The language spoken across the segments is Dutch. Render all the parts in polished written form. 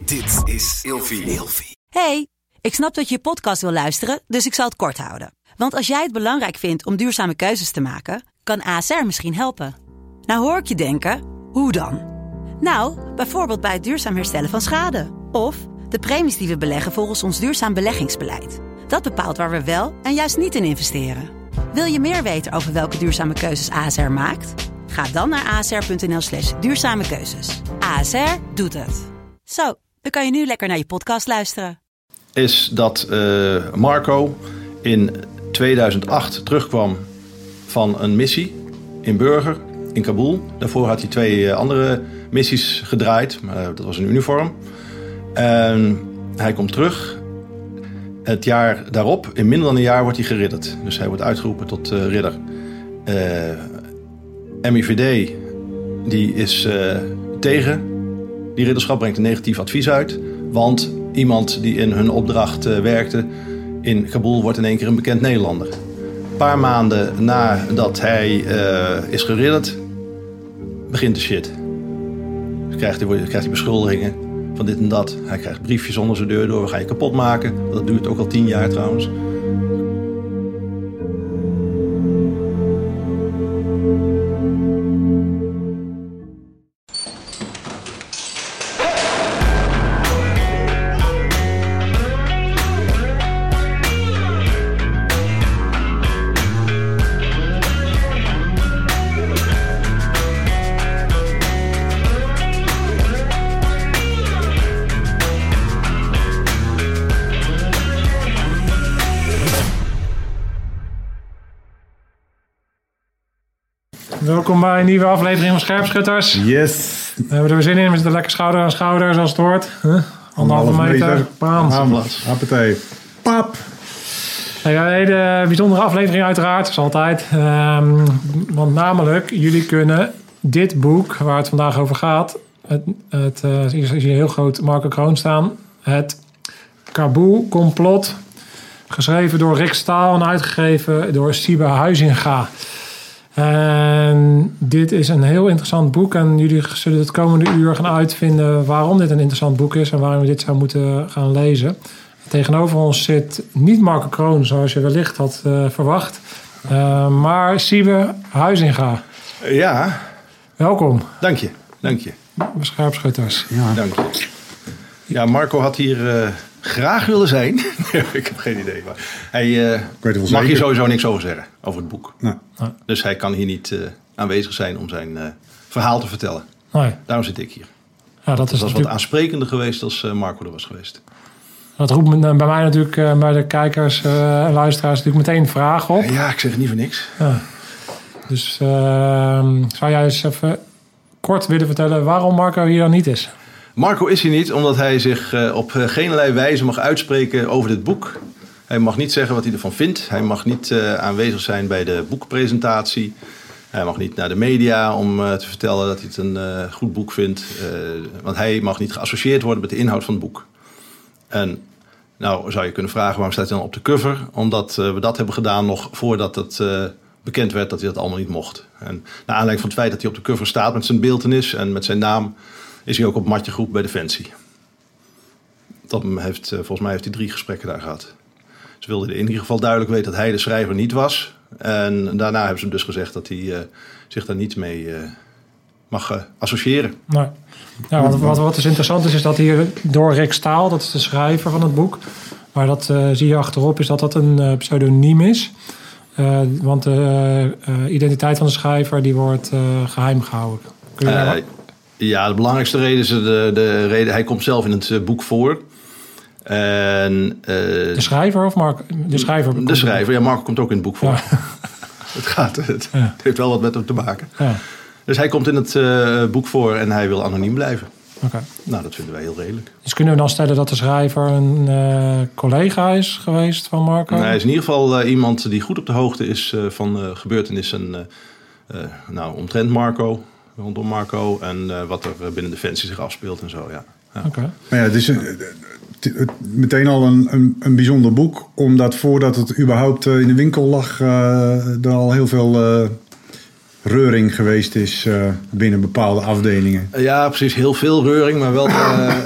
Dit is Ilfie. Hey, ik snap dat je je podcast wil luisteren, dus ik zal het kort houden. Want als jij het belangrijk vindt om duurzame keuzes te maken, kan ASR misschien helpen. Nou hoor ik je denken, hoe dan? Nou, bijvoorbeeld bij het duurzaam herstellen van schade. Of de premies die we beleggen volgens ons duurzaam beleggingsbeleid. Dat bepaalt waar we wel en juist niet in investeren. Wil je meer weten over welke duurzame keuzes ASR maakt? Ga dan naar asr.nl/duurzame keuzes. ASR doet het. Zo, dan kan je nu lekker naar je podcast luisteren. Is dat Marco in 2008 terugkwam van een missie in Burger, in Kabul. Daarvoor had hij 2 andere missies gedraaid. Dat was een uniform. Hij komt terug. Het jaar daarop, in minder dan een jaar, wordt hij geridderd. Dus hij wordt uitgeroepen tot ridder. MIVD die is tegen die ridderschap, brengt een negatief advies uit. Want iemand die in hun opdracht werkte in Kabul wordt in één keer een bekend Nederlander. Een paar maanden nadat hij is geridderd, begint de shit. Dus krijgt hij beschuldigingen van dit en dat. Hij krijgt briefjes onder zijn deur door. We gaan je kapot maken. Dat duurt ook al 10 jaar trouwens. Welkom bij een nieuwe aflevering van Scherpschutters. Yes. We hebben er weer zin in. We zitten lekker schouder aan schouder, zoals het hoort. 1,5 meter. Paam. Appetij. Pap. Een hele bijzondere aflevering uiteraard, zoals altijd. Want namelijk, jullie kunnen dit boek, waar het vandaag over gaat. Hier is heel groot Marco Kroon staan. Het Kabul-complot. Geschreven door Rick Staal en uitgegeven door Siebe Huizinga. En dit is een heel interessant boek. En jullie zullen het komende uur gaan uitvinden waarom dit een interessant boek is. En waarom we dit zou moeten gaan lezen. Tegenover ons zit niet Marco Kroon, zoals je wellicht had verwacht. Maar Siebe Huizinga. Ja. Welkom. Dank je. Scherpschutters. Ja. Dank je. Ja, Marco had hier graag willen zijn. Ik heb geen idee. Maar hij mag hier sowieso niks over zeggen, over het boek. Nee. Dus hij kan hier niet aanwezig zijn om zijn verhaal te vertellen. Nee. Daarom zit ik hier. Ja, dat is was wat aansprekender geweest als Marco er was geweest. Dat roept bij mij natuurlijk, bij de kijkers en luisteraars natuurlijk meteen vragen op. Ja, ik zeg het niet voor niks. Ja. Dus zou jij eens even kort willen vertellen waarom Marco hier dan niet is? Marco is hier niet omdat hij zich op geen wijze mag uitspreken over dit boek. Hij mag niet zeggen wat hij ervan vindt. Hij mag niet aanwezig zijn bij de boekpresentatie. Hij mag niet naar de media om te vertellen dat hij het een goed boek vindt. Want hij mag niet geassocieerd worden met de inhoud van het boek. En nou zou je kunnen vragen waarom staat hij dan op de cover? Omdat we dat hebben gedaan nog voordat het bekend werd dat hij dat allemaal niet mocht. En naar aanleiding van het feit dat hij op de cover staat met zijn beeltenis en met zijn naam, is hij ook op matje groep bij Defensie. Volgens mij heeft hij 3 gesprekken daar gehad. Ze wilden in ieder geval duidelijk weten dat hij de schrijver niet was. En daarna hebben ze hem dus gezegd dat hij zich daar niet mee mag associëren. Nee. Ja, wat dus interessant is dat hier door Rick Staal, dat is de schrijver van het boek. Maar dat zie je achterop is dat een pseudoniem is. Want de identiteit van de schrijver die wordt geheim gehouden. Kun je ja, de belangrijkste reden is de reden. Hij komt zelf in het boek voor. En, de schrijver of Marco? De schrijver. De schrijver, ja, Marco komt ook in het boek voor. Ja. Het heeft wel wat met hem te maken. Ja. Dus hij komt in het boek voor en hij wil anoniem blijven. Okay. Nou, dat vinden wij heel redelijk. Dus kunnen we dan stellen dat de schrijver een collega is geweest van Marco? Nee, hij is in ieder geval iemand die goed op de hoogte is van gebeurtenissen omtrent Marco, rondom Marco en wat er binnen Defensie zich afspeelt en zo, ja. Ja. Okay. Maar ja, het is meteen al een bijzonder boek, omdat voordat het überhaupt in de winkel lag, er al heel veel reuring geweest is binnen bepaalde afdelingen. Ja, precies. Heel veel reuring, maar wel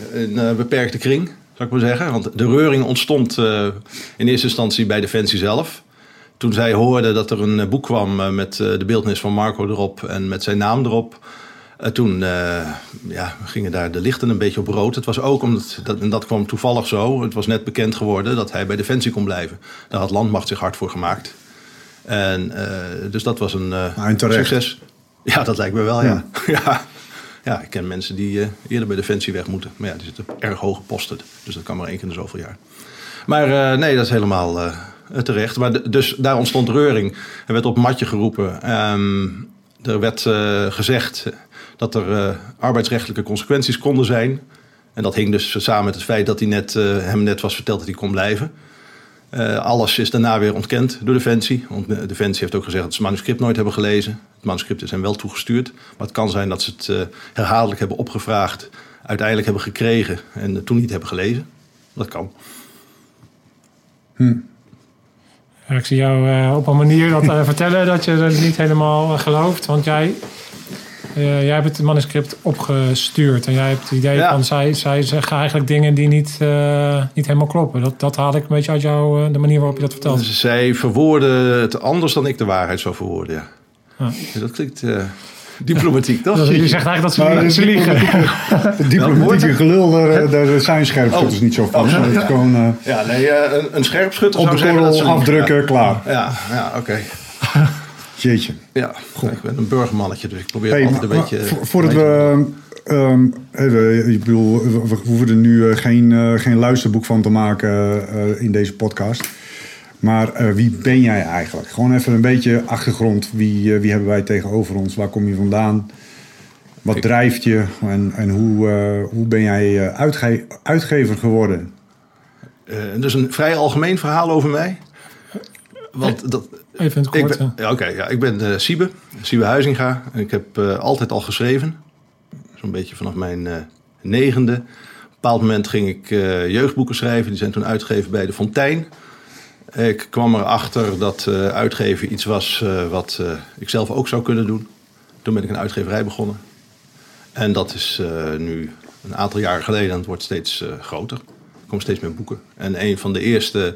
in een beperkte kring, zou ik maar zeggen. Want de reuring ontstond in eerste instantie bij Defensie zelf. Toen zij hoorden dat er een boek kwam met de beeltenis van Marco erop en met zijn naam erop. Toen gingen daar de lichten een beetje op rood. Het was ook en dat kwam toevallig zo. Het was net bekend geworden dat hij bij Defensie kon blijven. Daar had Landmacht zich hard voor gemaakt. En dus dat was een succes. Ja, dat lijkt me wel, ja. Ja, ik ken mensen die eerder bij Defensie weg moeten. Maar ja, die zitten op erg hoge posten. Dus dat kan maar 1 keer in de zoveel jaar. Maar nee, dat is helemaal terecht. Maar dus daar ontstond reuring. Er werd op het matje geroepen. Er werd gezegd dat er arbeidsrechtelijke consequenties konden zijn. En dat hing dus samen met het feit dat hij hem net was verteld dat hij kon blijven. Alles is daarna weer ontkend door Defensie. Want Defensie heeft ook gezegd dat ze het manuscript nooit hebben gelezen. Het manuscript is hen wel toegestuurd. Maar het kan zijn dat ze het herhaaldelijk hebben opgevraagd. Uiteindelijk hebben gekregen en toen niet hebben gelezen. Dat kan. Ja, ik zie jou op een manier dat vertellen dat je het niet helemaal gelooft. Want jij hebt het manuscript opgestuurd. En jij hebt het idee van zij zeggen eigenlijk dingen die niet helemaal kloppen. Dat haal ik een beetje uit jou, de manier waarop je dat vertelt. Dus zij verwoorden het anders dan ik de waarheid zou verwoorden, ja. Dus dat klinkt diplomatiek, toch? Je zegt eigenlijk dat ze liegen. Diplomatieke gelul, daar zijn scherpschutters niet zo van. Het gewoon, een scherpschutter op zou de zeggen dat ze liegen. afdrukken, klaar. Ja, oké. Jeetje. Ja, ik ben een burgermannetje, dus ik probeer altijd een beetje... Voordat ik bedoel, we hoeven er nu geen luisterboek van te maken in deze podcast. Maar wie ben jij eigenlijk? Gewoon even een beetje achtergrond. Wie hebben wij tegenover ons? Waar kom je vandaan? Wat drijft je? En hoe ben jij uitgever geworden? Dus een vrij algemeen verhaal over mij. Want dat... Even in het kort. Ik ben Siebe Huizinga. Ik heb altijd al geschreven. Zo'n beetje vanaf mijn 9e. Op een bepaald moment ging ik jeugdboeken schrijven. Die zijn toen uitgegeven bij de Fontijn. Ik kwam erachter dat uitgeven iets was wat ik zelf ook zou kunnen doen. Toen ben ik een uitgeverij begonnen. En dat is nu een aantal jaren geleden en het wordt steeds groter. Er komen steeds meer boeken. En een van de eerste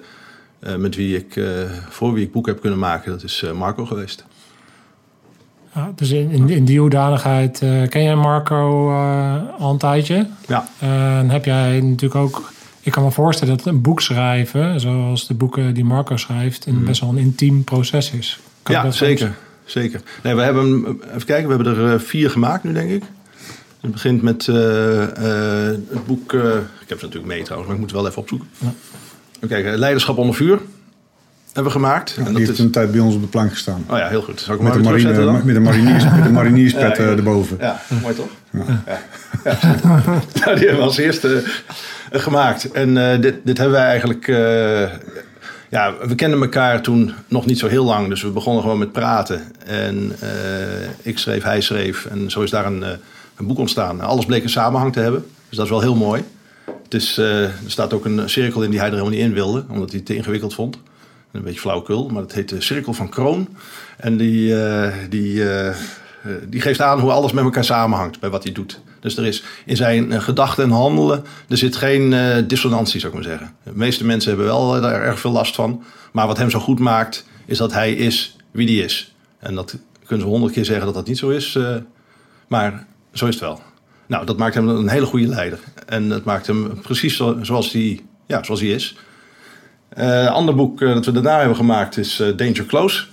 voor wie ik boeken heb kunnen maken, dat is Marco geweest. Ja, dus in die hoedanigheid ken jij Marco al een tijdje. Ja. En heb jij natuurlijk ook... Ik kan me voorstellen dat een boek schrijven, zoals de boeken die Marco schrijft, best wel een intiem proces is. Ja, zeker. Nee, we hebben er 4 gemaakt nu, denk ik. Het begint met het boek... ik heb het natuurlijk mee trouwens, maar ik moet het wel even opzoeken. Ja. Kijk, Leiderschap onder vuur hebben we gemaakt. Ja, en die heeft een tijd bij ons op de plank gestaan. Oh ja, heel goed. Zal ik met de marinierspet erboven. Ja, mooi toch? Ja. Nou, die hebben we als eerste gemaakt. En dit hebben wij eigenlijk... we kenden elkaar toen nog niet zo heel lang. Dus we begonnen gewoon met praten. En ik schreef, hij schreef. En zo is daar een boek ontstaan. Alles bleek een samenhang te hebben. Dus dat is wel heel mooi. Er staat ook een cirkel in die hij er helemaal niet in wilde. Omdat hij het te ingewikkeld vond. Een beetje flauwekul. Maar dat heet de Cirkel van Kroon. En die geeft aan hoe alles met elkaar samenhangt bij wat hij doet. Dus er is in zijn gedachten en handelen... er zit geen dissonantie, zou ik maar zeggen. De meeste mensen hebben wel daar erg veel last van. Maar wat hem zo goed maakt, is dat hij is wie hij is. En dat kunnen ze 100 keer zeggen dat dat niet zo is. Maar zo is het wel. Nou, dat maakt hem een hele goede leider. En dat maakt hem precies zoals hij is. Een ander boek dat we daarna hebben gemaakt is Danger Close.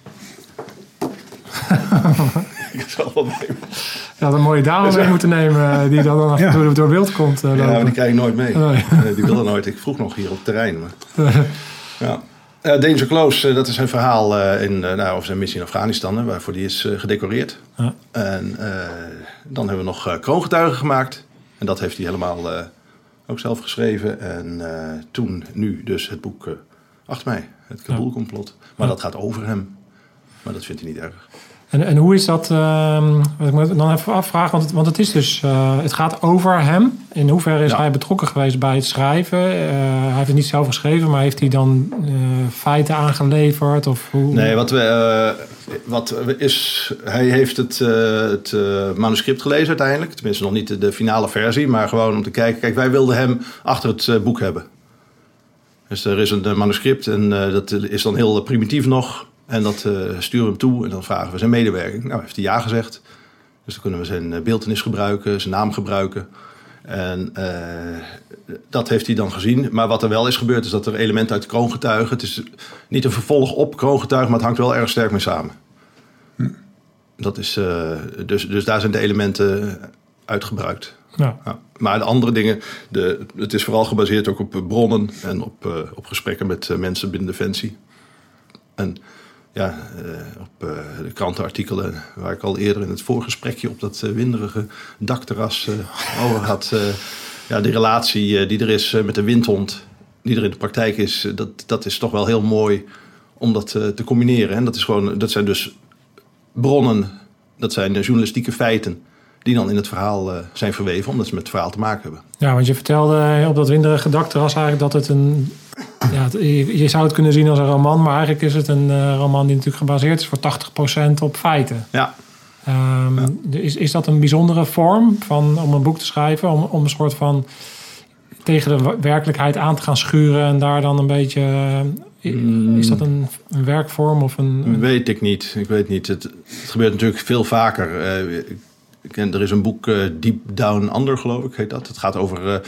Ik zal wel nemen. Je had een mooie dame mee moeten nemen die dan af en toe door beeld komt. Ja, maar die krijg ik nooit mee. Nee. Die wilde nooit. Ik vroeg nog hier op het terrein. Maar... ja. Danger Close, dat is een verhaal over zijn missie in Afghanistan, waarvoor die is gedecoreerd. Ja. En dan hebben we nog Kroongetuigen gemaakt. En dat heeft hij helemaal ook zelf geschreven. En toen nu dus het boek Achter mij, het Kabul-complot. Maar dat gaat over hem. Maar dat vindt hij niet erg. En hoe is dat? Wat ik me dan even afvraag, want het is dus, het gaat over hem. In hoeverre is hij betrokken geweest bij het schrijven? Hij heeft het niet zelf geschreven, maar heeft hij dan feiten aangeleverd? Of hoe? Nee, hij heeft het manuscript gelezen uiteindelijk. Tenminste nog niet de finale versie, maar gewoon om te kijken. Kijk, wij wilden hem achter het boek hebben. Dus er is een manuscript en dat is dan heel primitief nog. En dat sturen we hem toe en dan vragen we zijn medewerking. Nou, heeft hij ja gezegd. Dus dan kunnen we zijn beeltenis gebruiken, zijn naam gebruiken. En dat heeft hij dan gezien. Maar wat er wel is gebeurd is dat er elementen uit Kroongetuigen... Het is niet een vervolg op Kroongetuigen, maar het hangt wel erg sterk mee samen. Dat is, dus daar zijn de elementen uitgebruikt. Ja. Ja. Maar de andere dingen, het is vooral gebaseerd ook op bronnen en op gesprekken met mensen binnen Defensie. En op de krantenartikelen waar ik al eerder in het voorgesprekje op dat winderige dakterras over had. Die relatie die er is met de windhond, die er in de praktijk is, dat is toch wel heel mooi om dat te combineren. En dat zijn dus bronnen, dat zijn journalistieke feiten die dan in het verhaal zijn verweven, omdat ze met het verhaal te maken hebben. Ja, want je vertelde op dat winderige dakterras eigenlijk dat het een... Ja, je zou het kunnen zien als een roman, maar eigenlijk is het een roman die natuurlijk gebaseerd is voor 80% op feiten. Ja. Is dat een bijzondere vorm om een boek te schrijven? Om een soort van tegen de werkelijkheid aan te gaan schuren en daar dan een beetje... Is dat een werkvorm of een... Weet ik niet. Ik weet niet. Het gebeurt natuurlijk veel vaker. Er is een boek, Deep Down Under, geloof ik, heet dat. Het gaat over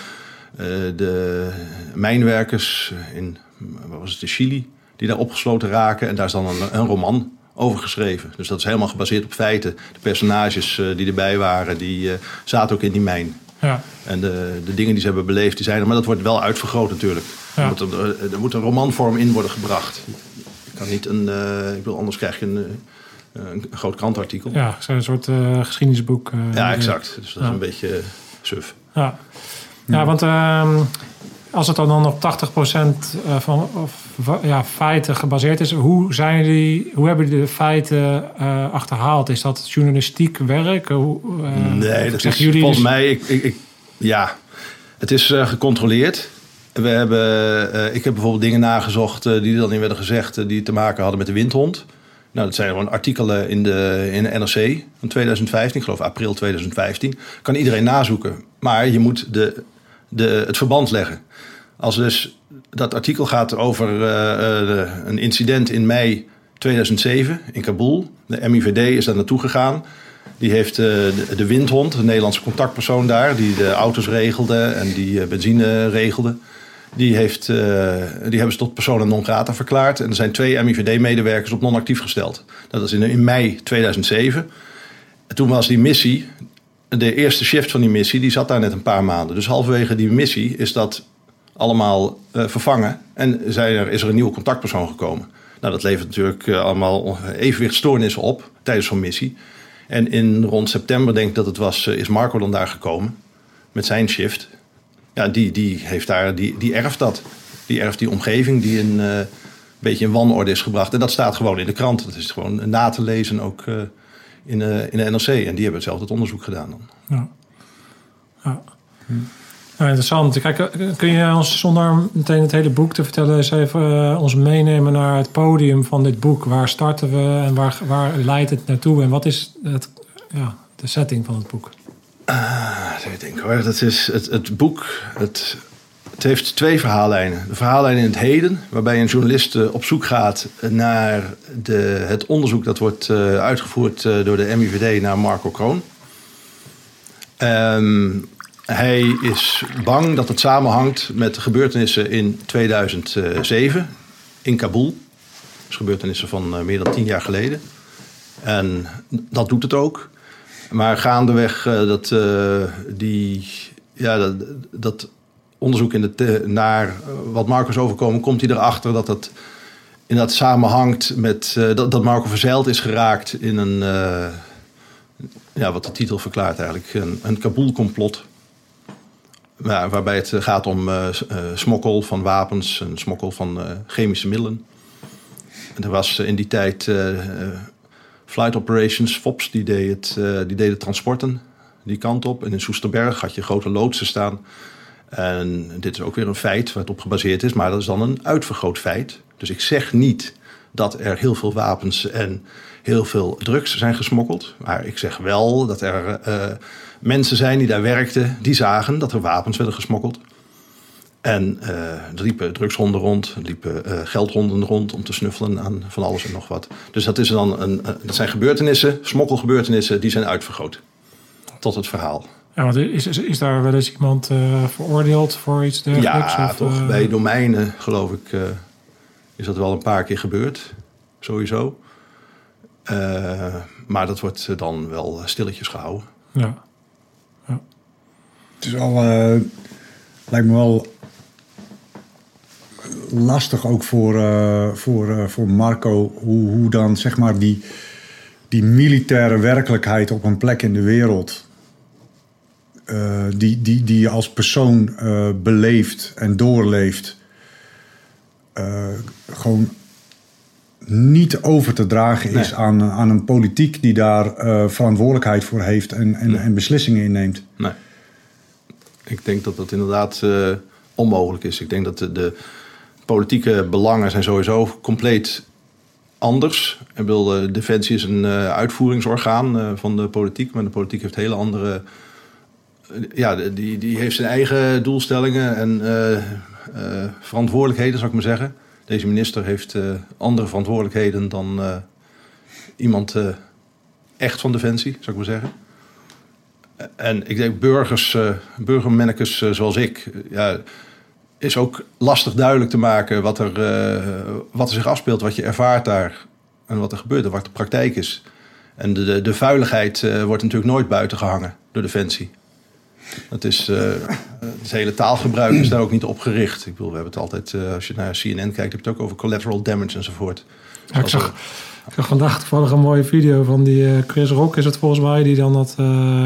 de mijnwerkers in Chili, die daar opgesloten raken. En daar is dan een roman over geschreven. Dus dat is helemaal gebaseerd op feiten. De personages die erbij waren, die zaten ook in die mijn. Ja. En de dingen die ze hebben beleefd, die zijn er. Maar dat wordt wel uitvergroot natuurlijk. Ja. Er moet een romanvorm in worden gebracht. Je kan niet anders krijg je een groot krantartikel. Ja, een soort geschiedenisboek. Ja, exact. Dus dat is een beetje suf. Ja, want als het dan op 80% van feiten gebaseerd is, hoe hebben die de feiten achterhaald? Is dat journalistiek werk? Nee, dat is volgens mij... het is gecontroleerd. Ik heb bijvoorbeeld dingen nagezocht die er dan in werden gezegd, die te maken hadden met de windhond. Nou, dat zijn gewoon artikelen in de NRC van 2015, ik geloof april 2015. Kan iedereen nazoeken. Maar je moet het verband leggen. Als dus dat artikel gaat over een incident in mei 2007 in Kabul. De MIVD is daar naartoe gegaan. Die heeft de windhond, de Nederlandse contactpersoon daar, die de auto's regelde en die benzine regelde. Die hebben ze tot persona non grata verklaard. En er zijn 2 MIVD-medewerkers op non-actief gesteld. Dat is in mei 2007. En toen was die missie, de eerste shift van die missie, die zat daar net een paar maanden. Dus halverwege die missie is dat allemaal vervangen. En is er een nieuwe contactpersoon gekomen. Nou, dat levert natuurlijk allemaal evenwichtstoornissen op tijdens zo'n missie. En in rond september, denk ik dat het was, is Marco dan daar gekomen met zijn shift. Ja, die erft dat. Die erft die omgeving die een beetje in wanorde is gebracht. En dat staat gewoon in de krant. Dat is gewoon na te lezen ook in de NRC. En die hebben zelf het onderzoek gedaan dan. Ja. Nou, interessant. Kijk, kun je ons zonder meteen het hele boek te vertellen eens even ons meenemen naar het podium van dit boek? Waar starten we en waar leidt het naartoe? En wat is de setting van het boek? Ik denk hoor, dat is het boek. Het heeft 2 verhaallijnen. De verhaallijn in het heden, waarbij een journalist op zoek gaat naar het onderzoek dat wordt uitgevoerd door de MIVD naar Marco Kroon. Hij is bang dat het samenhangt met de gebeurtenissen in 2007 in Kabul. Dus gebeurtenissen van meer dan 10 jaar geleden. En dat doet het ook. Maar gaandeweg dat onderzoek naar wat Marco is overkomen, komt hij erachter dat het inderdaad samenhangt met dat Marco verzeild is geraakt in een, wat de titel verklaart eigenlijk, een Kabul-complot. Waarbij het gaat om smokkel van wapens en smokkel van chemische middelen. En er was in die tijd Flight Operations, FOPS, die deden transporten die kant op. En in Soesterberg had je grote loodsen staan. En dit is ook weer een feit waar het op gebaseerd is, maar dat is dan een uitvergroot feit. Dus ik zeg niet dat er heel veel wapens en heel veel drugs zijn gesmokkeld. Maar ik zeg wel dat er mensen zijn die daar werkten, die zagen dat er wapens werden gesmokkeld. En er liepen drugshonden rond, er liepen geldhonden rond om te snuffelen aan van alles en nog wat. Dus dat zijn gebeurtenissen, smokkelgebeurtenissen, die zijn uitvergroot tot het verhaal. Ja, want is daar wel eens iemand veroordeeld voor iets dergelijks? Ja, of, toch. Bij domeinen, geloof ik, is dat wel een paar keer gebeurd. Sowieso. Maar dat wordt dan wel stilletjes gehouden. Ja. Het is al, lijkt me wel lastig ook voor Marco, hoe dan zeg maar die militaire werkelijkheid op een plek in de wereld, die je als persoon beleeft en doorleeft, gewoon niet over te dragen is aan een politiek die daar verantwoordelijkheid voor heeft en beslissingen inneemt. Nee. Ik denk dat dat inderdaad onmogelijk is. Ik denk dat de politieke belangen zijn sowieso compleet anders. Ik bedoel, Defensie is een uitvoeringsorgaan van de politiek, maar de politiek heeft hele andere. Ja, die heeft zijn eigen doelstellingen en verantwoordelijkheden, zou ik maar zeggen. Deze minister heeft andere verantwoordelijkheden dan iemand echt van Defensie, zou ik maar zeggen. En ik denk burgermannekes zoals ik, is ook lastig duidelijk te maken wat er zich afspeelt, wat je ervaart daar en wat er gebeurt en wat de praktijk is. En de vuiligheid wordt natuurlijk nooit buiten gehangen door Defensie. Het hele taalgebruik is daar ook niet op gericht. Ik bedoel, we hebben het altijd, als je naar CNN kijkt, heb je het ook over collateral damage enzovoort. Ja, ik zag vandaag toevallig een mooie video van die Chris Rock, is het volgens mij, die dan dat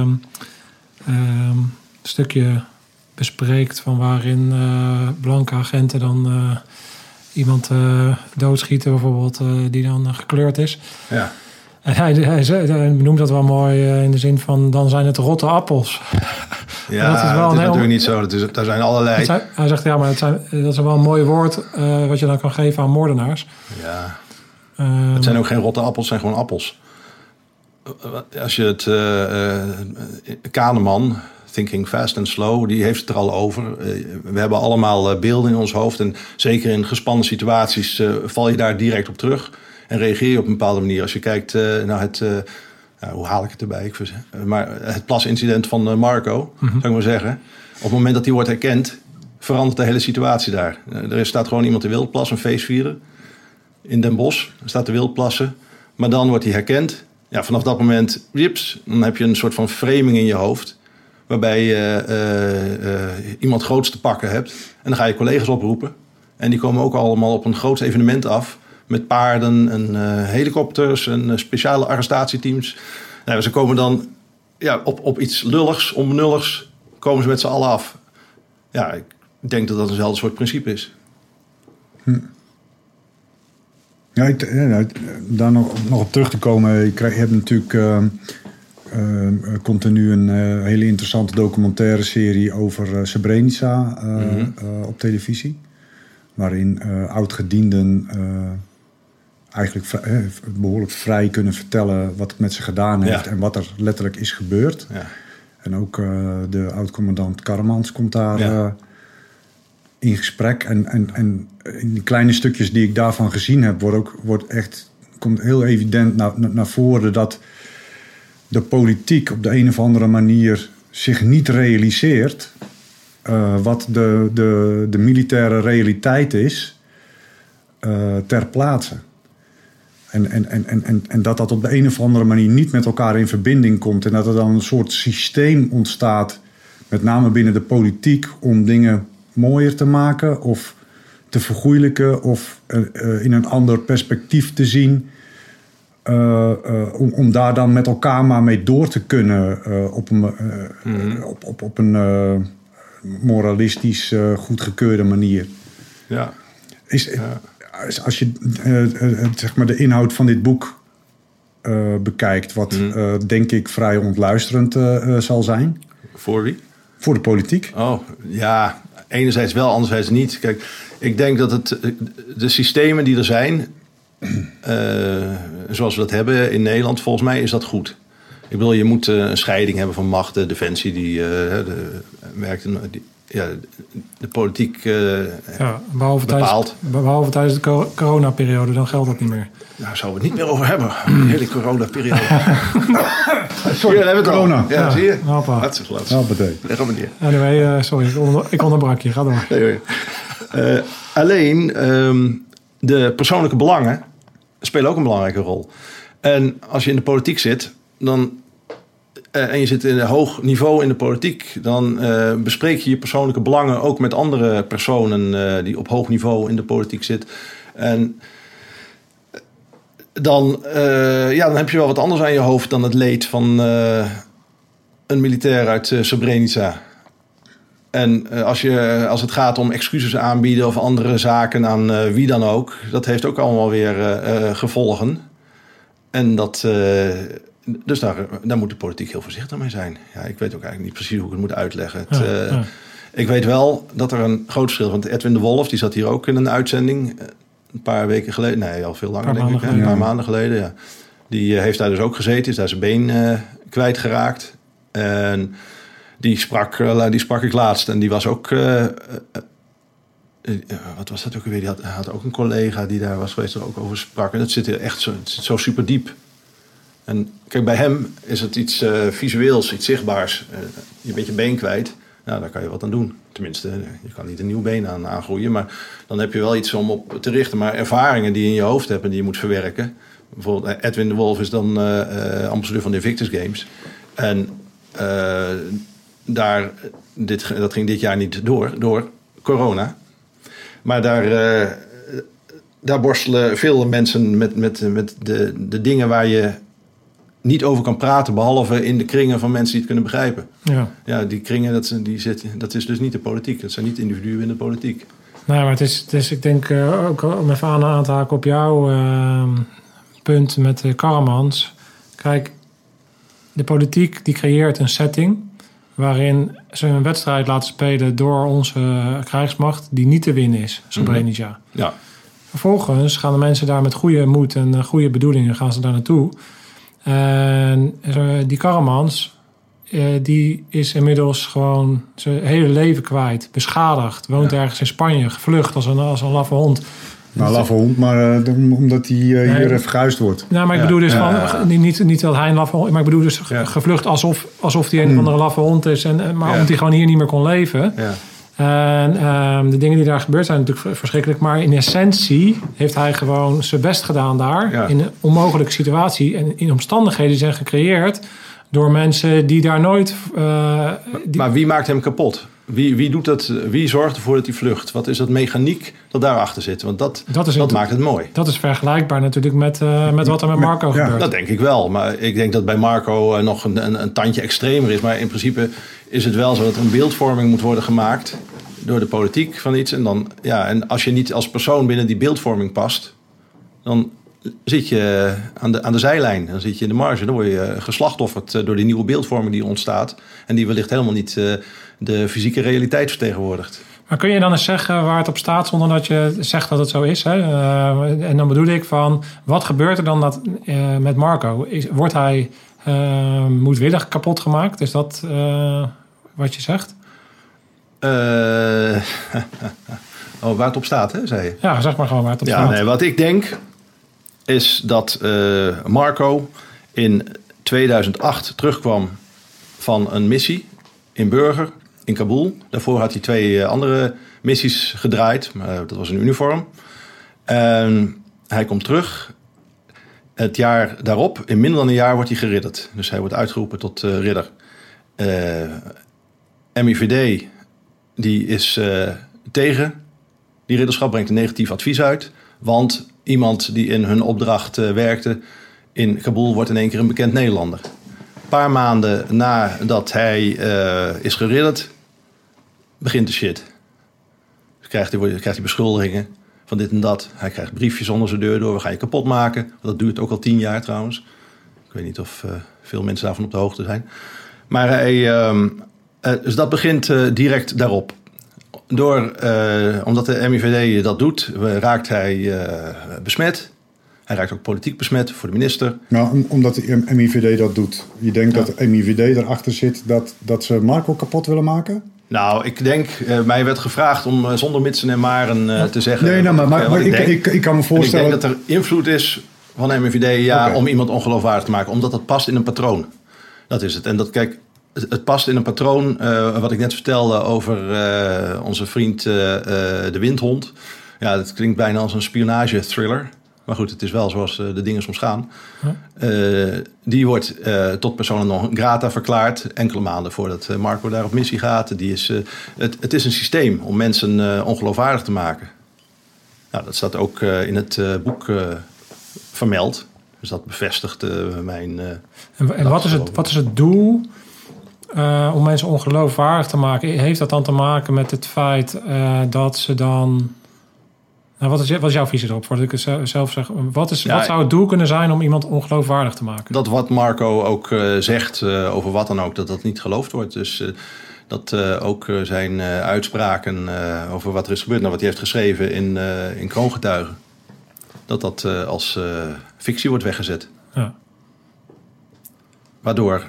stukje bespreekt van waarin blanke agenten dan iemand doodschieten bijvoorbeeld, die dan gekleurd is. Ja. En hij noemt dat wel mooi in de zin van, dan zijn het rotte appels. Ja, dat is natuurlijk niet zo. Daar zijn allerlei. Hij zegt, ja, maar dat is wel een mooi woord wat je dan kan geven aan moordenaars. Ja. Het zijn ook geen rotte appels, het zijn gewoon appels. Als je het Kahneman, Thinking Fast and Slow, die heeft het er al over. We hebben allemaal beelden in ons hoofd. En zeker in gespannen situaties val je daar direct op terug. En reageer je op een bepaalde manier. Als je kijkt naar het, hoe haal ik het erbij? Maar het plasincident van Marco, zou ik maar zeggen. Op het moment dat hij wordt herkend, verandert de hele situatie daar. Er staat gewoon iemand in Wildplas, een feestvieren. In Den Bosch staat de Wildplassen. Maar dan wordt hij herkend. Ja, vanaf dat moment, dan heb je een soort van framing in je hoofd. Waarbij je iemand groots te pakken hebt. En dan ga je collega's oproepen. En die komen ook allemaal op een groot evenement af. Met paarden en helikopters en speciale arrestatieteams. Nou, ze komen dan op iets lulligs, onbenulligs, komen ze met z'n allen af. Ja, ik denk dat dat eenzelfde soort principe is. Ja, daar nog op terug te komen. Je hebt natuurlijk komt er nu een hele interessante documentaire serie over Srebrenica op televisie. Waarin oud-gedienden eigenlijk behoorlijk vrij kunnen vertellen wat het met ze gedaan heeft en wat er letterlijk is gebeurd. Ja. En ook de oud-commandant Karremans komt daar in gesprek. En in die kleine stukjes die ik daarvan gezien heb, komt heel evident naar voren dat de politiek op de een of andere manier zich niet realiseert wat de militaire realiteit is ter plaatse. En dat op de een of andere manier niet met elkaar in verbinding komt. En dat er dan een soort systeem ontstaat, met name binnen de politiek, om dingen mooier te maken of te vergoeilijken of in een ander perspectief te zien. Om daar dan met elkaar maar mee door te kunnen op een moralistisch goedgekeurde manier. Ja. Als je zeg maar de inhoud van dit boek bekijkt... wat denk ik vrij ontluisterend zal zijn. Voor wie? Voor de politiek. Oh, ja. Enerzijds wel, anderzijds niet. Kijk, ik denk dat de systemen die er zijn... zoals we dat hebben in Nederland, volgens mij is dat goed. Ik bedoel, je moet een scheiding hebben van macht. De Defensie, die werkt... de politiek bepaalt. Behalve tijdens de coronaperiode, dan geldt dat niet meer. Nou, zouden we het niet meer over hebben. De hele coronaperiode. Sorry, hier hebben we het corona. Ja, zie je? Hartstikke Leg hem neer. Anyway, sorry, ik onderbrak je. Ga door. Nee, alleen de persoonlijke belangen spelen ook een belangrijke rol. En als je in de politiek zit, dan... en je zit in een hoog niveau in de politiek... dan bespreek je je persoonlijke belangen ook met andere personen... die op hoog niveau in de politiek zitten. En dan heb je wel wat anders aan je hoofd... dan het leed van een militair uit Srebrenica. En als het gaat om excuses aanbieden... of andere zaken aan wie dan ook... dat heeft ook allemaal weer gevolgen. En dat... Dus daar moet de politiek heel voorzichtig mee zijn. Ja, ik weet ook eigenlijk niet precies hoe ik het moet uitleggen. Ik weet wel dat er een groot verschil is. Want Edwin de Wolf, die zat hier ook in een uitzending... een paar weken geleden. Nee, al veel langer denk ik. Een paar maanden geleden, ja. Die heeft daar dus ook gezeten. Is daar zijn been kwijtgeraakt. En die sprak ik laatst. En die was ook... wat was dat ook alweer? Die had ook een collega die daar was geweest... er ook over sprak. En dat zit er echt zo super diep. En kijk, bij hem is het iets visueels, iets zichtbaars. Je bent je been kwijt. Nou, daar kan je wat aan doen. Tenminste, je kan niet een nieuw been aangroeien. Maar dan heb je wel iets om op te richten. Maar ervaringen die je in je hoofd hebt en die je moet verwerken. Bijvoorbeeld Edwin de Wolf is dan ambassadeur van de Invictus Games. En dat ging dit jaar niet door corona. Maar daar borstelen veel mensen met de dingen waar je niet over kan praten, behalve in de kringen van mensen die het kunnen begrijpen. Ja, die kringen, dat is dus niet de politiek. Dat zijn niet individuen in de politiek. Nee, maar het is ik denk ook om even aan te haken op jouw punt met Karremans. Kijk, de politiek die creëert een setting waarin ze een wedstrijd laten spelen door onze krijgsmacht die niet te winnen is, Srebrenica. Mm-hmm. Ja. Vervolgens gaan de mensen daar met goede moed en goede bedoelingen gaan ze daar naartoe. En die Karremans, die is inmiddels gewoon zijn hele leven kwijt, beschadigd, woont ergens in Spanje, gevlucht als een laffe hond. Nou, laffe hond, maar omdat hij hier even gehuisd wordt. Nou, maar ik bedoel dus niet dat hij een laffe hond... maar ik bedoel dus gevlucht alsof hij een of andere laffe hond is... maar omdat hij gewoon hier niet meer kon leven. Ja. En de dingen die daar gebeurd zijn natuurlijk verschrikkelijk... maar in essentie heeft hij gewoon zijn best gedaan daar... Ja. In een onmogelijke situatie... en in omstandigheden die zijn gecreëerd... door mensen die daar nooit... Maar wie maakt hem kapot? Wie doet dat? Wie zorgt ervoor dat hij vlucht? Wat is dat mechaniek dat daarachter zit? Want dat maakt het mooi. Dat is vergelijkbaar natuurlijk met wat er met Marco gebeurt. Dat denk ik wel. Maar ik denk dat bij Marco nog een tandje extremer is. Maar in principe is het wel zo dat er een beeldvorming moet worden gemaakt door de politiek van iets. En als je niet als persoon binnen die beeldvorming past, dan zit je aan de zijlijn. Dan zit je in de marge. Dan word je geslachtofferd door die nieuwe beeldvorming die ontstaat. En die wellicht helemaal niet de fysieke realiteit vertegenwoordigt. Maar kun je dan eens zeggen waar het op staat zonder dat je zegt dat het zo is? Hè? En dan bedoel ik van, wat gebeurt er dan met Marco? Wordt hij moedwillig kapot gemaakt? Is dat wat je zegt? Waar het op staat, hè, zei je? Ja, zeg maar gewoon waar het op staat. Nee, wat ik denk is dat Marco in 2008 terugkwam van een missie in Burger, in Kabul. Daarvoor had hij 2 andere missies gedraaid. Dat was een uniform. Hij komt terug. Het jaar daarop, in minder dan een jaar, wordt hij geridderd. Dus hij wordt uitgeroepen tot ridder. MIVD die is tegen die ridderschap, brengt een negatief advies uit. Want iemand die in hun opdracht werkte in Kabul wordt in één keer een bekend Nederlander. Een paar maanden nadat hij is geridderd, begint de shit. Dus krijgt hij beschuldigingen van dit en dat. Hij krijgt briefjes onder zijn deur door. We gaan je kapot maken. Dat duurt ook al 10 jaar trouwens. weet niet of veel mensen daarvan op de hoogte zijn. Maar dus dat begint direct daarop. Omdat de MIVD dat doet, raakt hij besmet. Hij raakt ook politiek besmet voor de minister. Nou, omdat de MIVD dat doet. Je denkt dat de MIVD erachter zit dat ze Marco kapot willen maken? Nou, ik denk, mij werd gevraagd om zonder mitsen en maren te zeggen. Nee, maar ik kan me voorstellen. Ik denk dat er invloed is van de MIVD om iemand ongeloofwaardig te maken. Omdat dat past in een patroon. Dat is het. En dat, kijk, het past in een patroon, wat ik net vertelde over onze vriend de windhond. Ja, dat klinkt bijna als een spionage-thriller. Maar goed, het is wel zoals de dingen soms gaan. Die wordt tot persona non grata verklaard. Enkele maanden voordat Marco daar op missie gaat. Het is een systeem om mensen ongeloofwaardig te maken. Nou, dat staat ook in het boek vermeld. Dus dat bevestigt mijn... En wat is het doel om mensen ongeloofwaardig te maken? Heeft dat dan te maken met het feit dat ze dan... Nou, wat is jouw visie erop? Voordat ik het zelf zeg, wat zou het doel kunnen zijn om iemand ongeloofwaardig te maken? Dat wat Marco ook zegt over wat dan ook, dat niet geloofd wordt. Dus dat ook zijn uitspraken over wat er is gebeurd, wat hij heeft geschreven in Kroongetuigen, dat als fictie wordt weggezet. Ja. Waardoor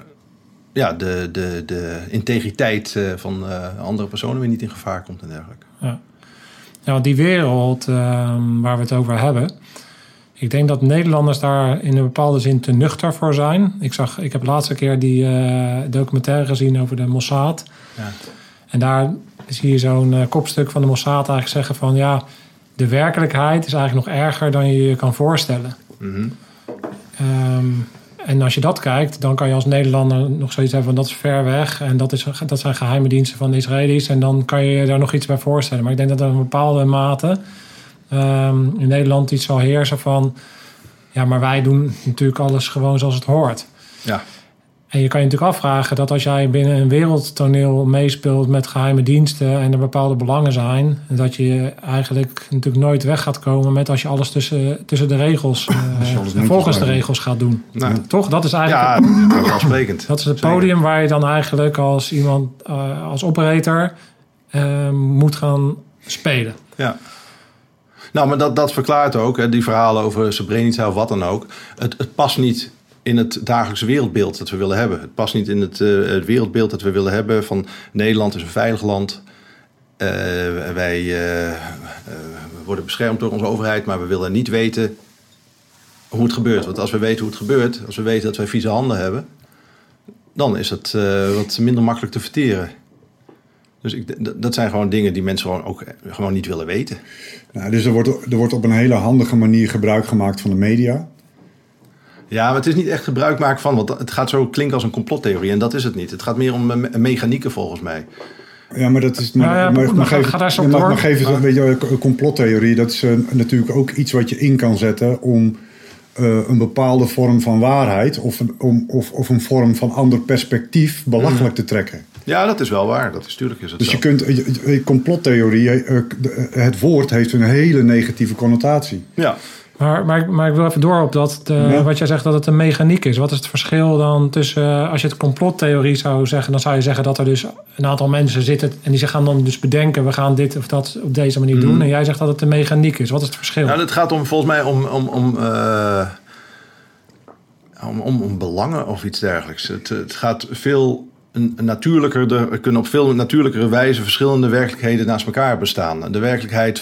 de integriteit van andere personen weer niet in gevaar komt en dergelijke. Ja. Ja, want die wereld waar we het over hebben, ik denk dat Nederlanders daar in een bepaalde zin te nuchter voor zijn. Ik heb de laatste keer die documentaire gezien over de Mossad. Ja. En daar zie je zo'n kopstuk van de Mossad eigenlijk zeggen van ja, de werkelijkheid is eigenlijk nog erger dan je je kan voorstellen. Mm-hmm. En als je dat kijkt, dan kan je als Nederlander nog zoiets hebben van dat is ver weg. En dat zijn geheime diensten van de Israëli's. En dan kan je daar nog iets bij voorstellen. Maar ik denk dat er een bepaalde mate in Nederland iets zal heersen van... Ja, maar wij doen natuurlijk alles gewoon zoals het hoort. Ja. En je kan je natuurlijk afvragen dat als jij binnen een wereldtoneel meespeelt met geheime diensten en er bepaalde belangen zijn, dat je eigenlijk natuurlijk nooit weg gaat komen met als je alles tussen de regels, volgens de regels gaat doen. Nou, toch? Dat is eigenlijk... Ja, dat is vanzelfsprekend. Dat is het podium waar je dan eigenlijk als iemand, als operator moet gaan spelen. Ja. Nou, maar dat verklaart ook, die verhalen over Srebrenica of wat dan ook. Het past niet in het dagelijkse wereldbeeld dat we willen hebben. Het past niet in het wereldbeeld dat we willen hebben van Nederland is een veilig land. Wij worden beschermd door onze overheid, maar we willen niet weten hoe het gebeurt. Want als we weten hoe het gebeurt, als we weten dat wij vieze handen hebben, dan is het wat minder makkelijk te verteren. Dus dat zijn gewoon dingen die mensen gewoon niet willen weten. Nou, dus er wordt op een hele handige manier gebruik gemaakt van de media. Ja, maar het is niet echt gebruik maken van, want het gaat zo klinken als een complottheorie en dat is het niet. Het gaat meer om mechanieken volgens mij. Ja, maar dat is... Een complottheorie, dat is natuurlijk ook iets wat je in kan zetten om een bepaalde vorm van waarheid of een vorm van ander perspectief belachelijk te trekken. Ja, dat is wel waar. Tuurlijk is het dus zo. Je kunt complottheorie, het woord heeft een hele negatieve connotatie. Ja. Maar ik wil even door op wat jij zegt dat het een mechaniek is. Wat is het verschil dan tussen, als je het complottheorie zou zeggen, dan zou je zeggen dat er dus een aantal mensen zitten en die gaan dan dus bedenken, we gaan dit of dat op deze manier doen. En jij zegt dat het een mechaniek is. Wat is het verschil? Nou, het gaat volgens mij om belangen of iets dergelijks. Het gaat veel natuurlijker. Er kunnen op veel natuurlijkere wijze verschillende werkelijkheden naast elkaar bestaan. De werkelijkheid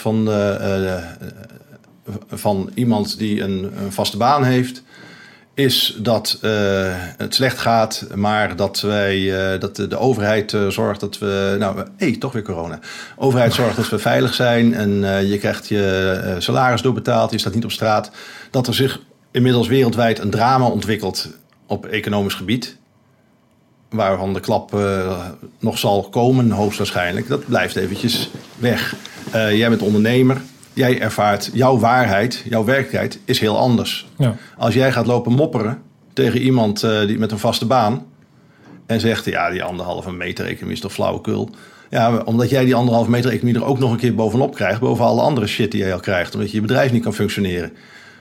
van iemand die een vaste baan heeft, is dat het slecht gaat, maar dat de overheid zorgt dat we... toch weer corona. De overheid zorgt dat we veilig zijn en je krijgt je salaris doorbetaald, je staat niet op straat. Dat er zich inmiddels wereldwijd een drama ontwikkelt op economisch gebied, waarvan de klap nog zal komen, hoogstwaarschijnlijk. Dat blijft eventjes weg. Jij bent ondernemer. Jij ervaart jouw waarheid, jouw werkelijkheid is heel anders. Ja. Als jij gaat lopen mopperen tegen iemand die met een vaste baan en zegt, ja, die 1,5 meter economie is toch flauwekul. Ja, omdat jij die 1,5 meter economie er ook nog een keer bovenop krijgt, boven alle andere shit die jij al krijgt, omdat je bedrijf niet kan functioneren.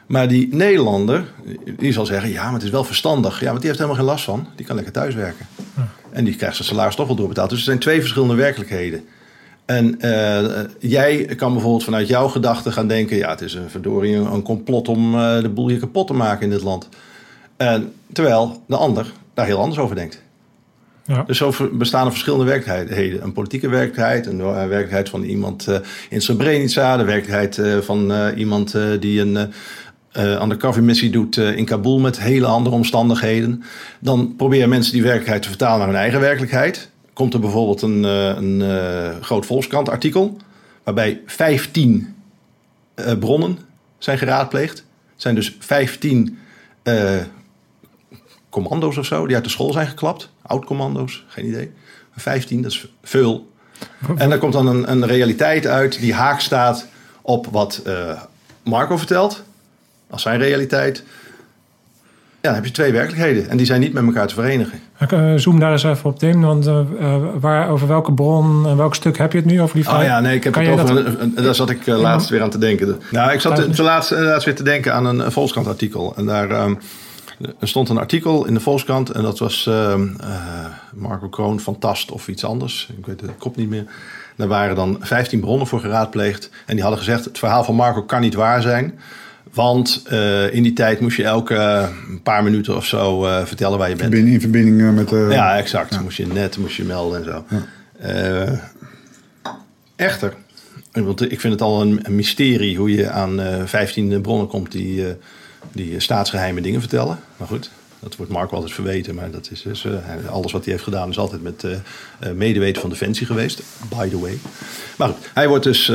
Maar die Nederlander, die zal zeggen... ja, maar het is wel verstandig. Ja, want die heeft helemaal geen last van. Die kan lekker thuiswerken. Ja. En die krijgt zijn salaris toch wel doorbetaald. Dus er zijn 2 verschillende werkelijkheden. En jij kan bijvoorbeeld vanuit jouw gedachten gaan denken... ja, het is een complot om de boel hier kapot te maken in dit land. Terwijl de ander daar heel anders over denkt. Ja. Dus zo bestaan er verschillende werkelijkheden. Een politieke werkelijkheid, een werkelijkheid van iemand in Srebrenica... de werkelijkheid van iemand die een undercover missie doet in Kabul... met hele andere omstandigheden. Dan proberen mensen die werkelijkheid te vertalen naar hun eigen werkelijkheid... Komt er bijvoorbeeld een groot Volkskrant artikel... waarbij 15 bronnen zijn geraadpleegd. Het zijn dus 15 commando's of zo... die uit de school zijn geklapt. Oud-commando's, geen idee. 15, dat is veel. En daar komt dan een realiteit uit... die haak staat op wat Marco vertelt... als zijn realiteit... Ja, dan heb je 2 werkelijkheden. En die zijn niet met elkaar te verenigen. Zoom daar eens even op, Tim. Want over welke bron en welk stuk heb je het nu? Over die vraag? Oh ja, nee, ik heb het over... Daar zat ik laatst weer aan te denken. Nou, ik zat laatst weer te denken aan een Volkskrant artikel. En daar er stond een artikel in de Volkskrant. En dat was Marco Kroon van Tast of iets anders. Ik weet het kop niet meer. Daar waren dan 15 bronnen voor geraadpleegd. En die hadden gezegd, het verhaal van Marco kan niet waar zijn... Want in die tijd moest je elke paar minuten of zo vertellen waar je bent. In verbinding met... Ja, exact. Ja. Moest je melden en zo. Ja. Echter, want ik vind het al een mysterie... hoe je aan 15 bronnen komt die staatsgeheime dingen vertellen. Maar goed, dat wordt Marco altijd verweten. Maar dat is dus, alles wat hij heeft gedaan is altijd met medeweten van Defensie geweest. By the way. Maar goed, hij wordt dus...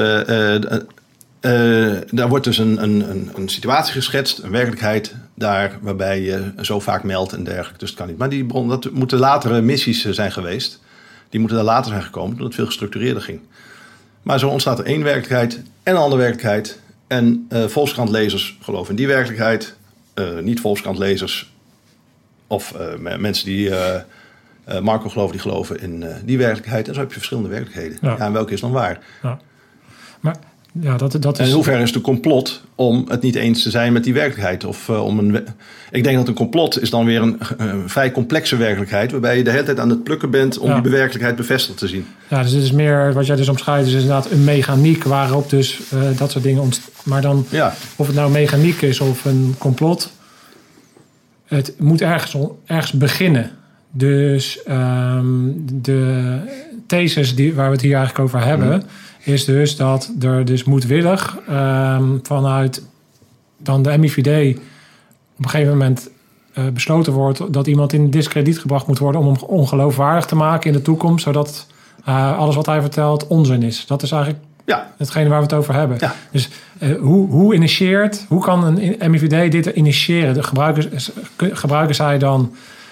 daar wordt dus een situatie geschetst, een werkelijkheid daar waarbij je zo vaak meldt en dergelijke. Dus het kan niet. Maar die bron, dat moeten latere missies zijn geweest. Die moeten daar later zijn gekomen, toen het veel gestructureerder ging. Maar zo ontstaat er 1 werkelijkheid en een andere werkelijkheid. En Volkskrant-lezers geloven in die werkelijkheid. Niet-Volkskrant-lezers of mensen die Marco geloven, die geloven in die werkelijkheid. En zo heb je verschillende werkelijkheden. Ja, en welke is dan waar? Ja. Maar... Ja, dat is... En in hoeverre is het een complot om het niet eens te zijn met die werkelijkheid? Of ik denk dat een complot is dan weer een vrij complexe werkelijkheid... waarbij je de hele tijd aan het plukken bent om die werkelijkheid bevestigd te zien. Ja, dus dit is meer, wat jij dus omschrijft, is inderdaad een mechaniek waarop dus dat soort dingen Maar dan, of het nou mechaniek is of een complot... het moet ergens beginnen. Dus de thesis waar we het hier eigenlijk over hebben... is dus dat er dus moedwillig vanuit dan de MIVD... op een gegeven moment besloten wordt... dat iemand in diskrediet gebracht moet worden... om hem ongeloofwaardig te maken in de toekomst... zodat alles wat hij vertelt onzin is. Dat is eigenlijk hetgene waar we het over hebben. Ja. Dus hoe kan een MIVD dit initiëren? Gebruiken zij dan...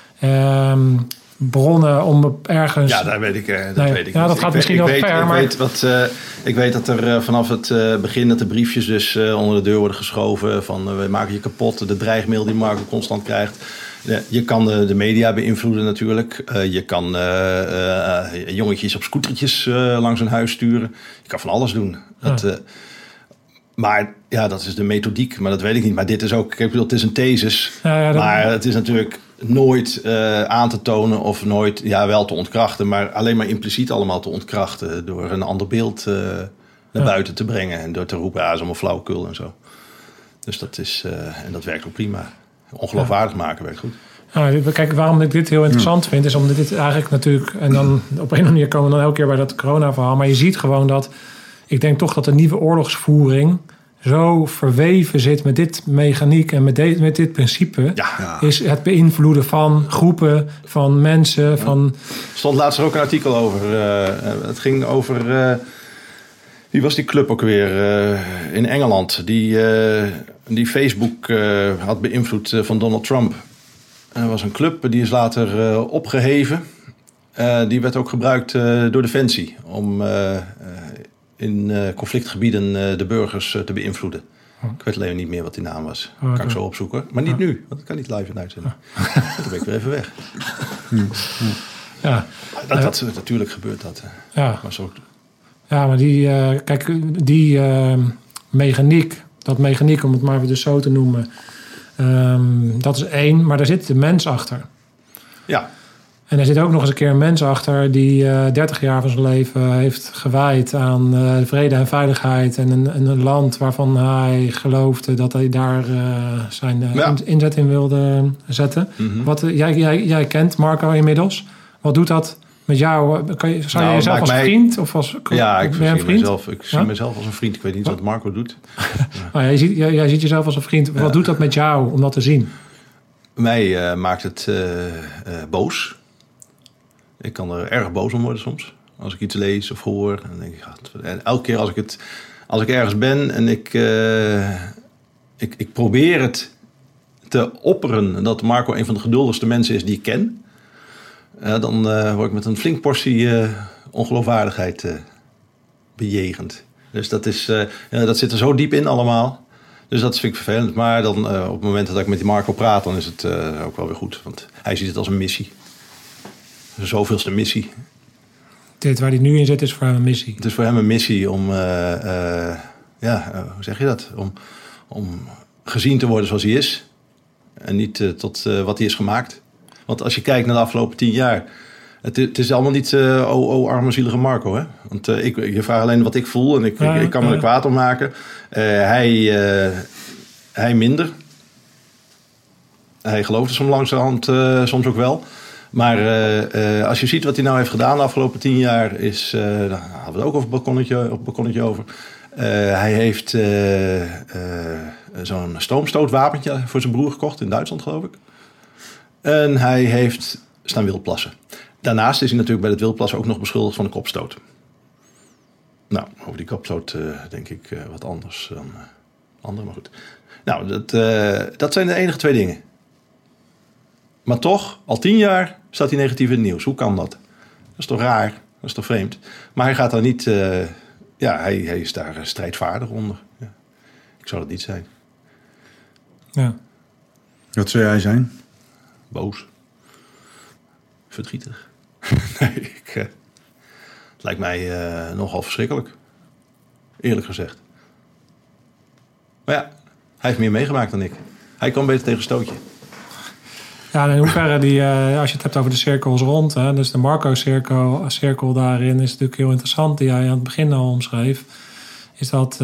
bronnen om ergens... Ja, dat weet ik weet ik ja, dat gaat misschien wel ver, maar... Ik weet dat er vanaf het begin... dat de briefjes dus onder de deur worden geschoven... van we maken je kapot, de dreigmail die Marco constant krijgt. Je kan de media beïnvloeden natuurlijk. Je kan jongetjes op scootertjes langs een huis sturen. Je kan van alles doen. Maar ja, dat is de methodiek, maar dat weet ik niet. Maar dit is ook, ik bedoel, het is een thesis. Maar het is natuurlijk nooit aan te tonen of nooit, wel te ontkrachten. Maar alleen maar impliciet allemaal te ontkrachten. Door een ander beeld naar buiten te brengen. En door te roepen, is allemaal flauwekul en zo. Dus dat is, en dat werkt ook prima. Ongeloofwaardig maken werkt goed. Kijk, waarom ik dit heel interessant vind, is omdat dit eigenlijk natuurlijk... en dan op een of andere manier komen we dan elke keer bij dat corona-verhaal. Maar je ziet gewoon dat... Ik denk toch dat de nieuwe oorlogsvoering zo verweven zit met dit mechaniek en met dit principe. Ja. Is het beïnvloeden van groepen, van mensen. Ja. Er stond laatst er ook een artikel over. Het ging over... wie was die club ook weer in Engeland? Die Facebook had beïnvloed van Donald Trump. Er was een club, die is later opgeheven. Die werd ook gebruikt door Defensie om... in conflictgebieden de burgers te beïnvloeden. Ik weet alleen niet meer wat die naam was. Kan ik zo opzoeken. Maar niet nu, want dat kan niet live in uitzending. Dan ben ik weer even weg. Natuurlijk gebeurt dat. Maar die mechaniek Dat mechaniek, om het maar even dus zo te noemen. Dat is 1, maar daar zit de mens achter. Ja. En er zit ook nog eens een keer een mens achter die 30 jaar van zijn leven heeft gewijd aan vrede en veiligheid. En een land waarvan hij geloofde dat hij daar zijn inzet in wilde zetten. Mm-hmm. Jij kent Marco inmiddels. Wat doet dat met jou? Zou je jezelf als vriend? Of als, ja, ik zie mezelf als een vriend. Ik weet niet wat Marco doet. Jij ziet jezelf als een vriend. Wat doet dat met jou om dat te zien? Mij maakt het boos. Ik kan er erg boos om worden soms. Als ik iets lees of hoor. Dan denk ik, en elke keer als ik ergens ben en ik probeer het te opperen dat Marco een van de geduldigste mensen is die ik ken. Dan word ik met een flink portie ongeloofwaardigheid bejegend. Dus dat zit er zo diep in allemaal. Dus dat vind ik vervelend. Maar dan op het moment dat ik met die Marco praat, dan is het ook wel weer goed. Want hij ziet het als een missie. De zoveelste missie. Dit waar hij nu in zit is voor hem een missie. Het is voor hem een missie om, hoe zeg je dat? Om gezien te worden zoals hij is. En niet tot wat hij is gemaakt. Want als je kijkt naar de afgelopen 10 jaar. Het is allemaal niet, arme zielige Marco. Hè? Want je vraagt alleen wat ik voel. En ik kan me er kwaad om maken. Hij minder. Hij gelooft er soms langzamerhand soms ook wel. Maar als je ziet wat hij nou heeft gedaan de afgelopen 10 jaar, daar hadden we het ook op het balkonnetje over. Hij heeft zo'n stoomstootwapentje voor zijn broer gekocht in Duitsland, geloof ik. En hij heeft staan wildplassen. Daarnaast is hij natuurlijk bij het wildplassen ook nog beschuldigd van een kopstoot. Nou, over die kopstoot denk ik wat anders dan anderen, maar goed. Nou, dat zijn de enige 2 dingen. Maar toch, al 10 jaar staat hij negatief in het nieuws. Hoe kan dat? Dat is toch raar? Dat is toch vreemd? Maar hij gaat daar niet... hij is daar strijdvaardig onder. Ja. Ik zou dat niet zijn. Ja. Wat zou jij zijn? Boos. Verdrietig. Nee, het lijkt mij nogal verschrikkelijk. Eerlijk gezegd. Maar ja, hij heeft meer meegemaakt dan ik. Hij kan beter tegen een stootje. Ja, en in hoeverre als je het hebt over de cirkels rond, hè, dus de Marco-cirkel daarin is natuurlijk heel interessant, die jij aan het begin al omschreef, is dat,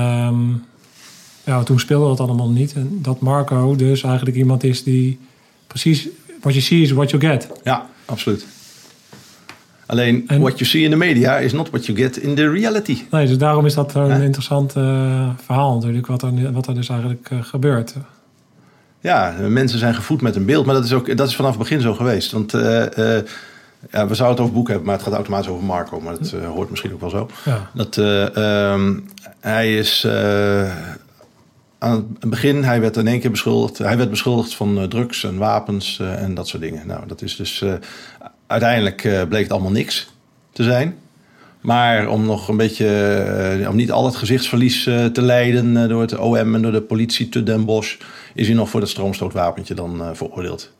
toen speelde dat allemaal niet. En dat Marco dus eigenlijk iemand is die precies, what you see is what you get. Ja, absoluut. Alleen, what you see in de media is not what you get in the reality. Nee, dus daarom is dat een interessant verhaal natuurlijk, wat er dus eigenlijk gebeurt. Ja, mensen zijn gevoed met een beeld, maar dat is vanaf het begin zo geweest. Want we zouden het over boek hebben, maar het gaat automatisch over Marco. Maar dat hoort misschien ook wel zo. Ja. Dat hij is aan het begin, hij werd in één keer beschuldigd. Hij werd beschuldigd van drugs en wapens en dat soort dingen. Nou, dat is dus uiteindelijk bleek het allemaal niks te zijn. Maar om nog een beetje, om niet al het gezichtsverlies te lijden door het OM en door de politie te Den Bosch, is hij nog voor dat stroomstootwapentje dan veroordeeld.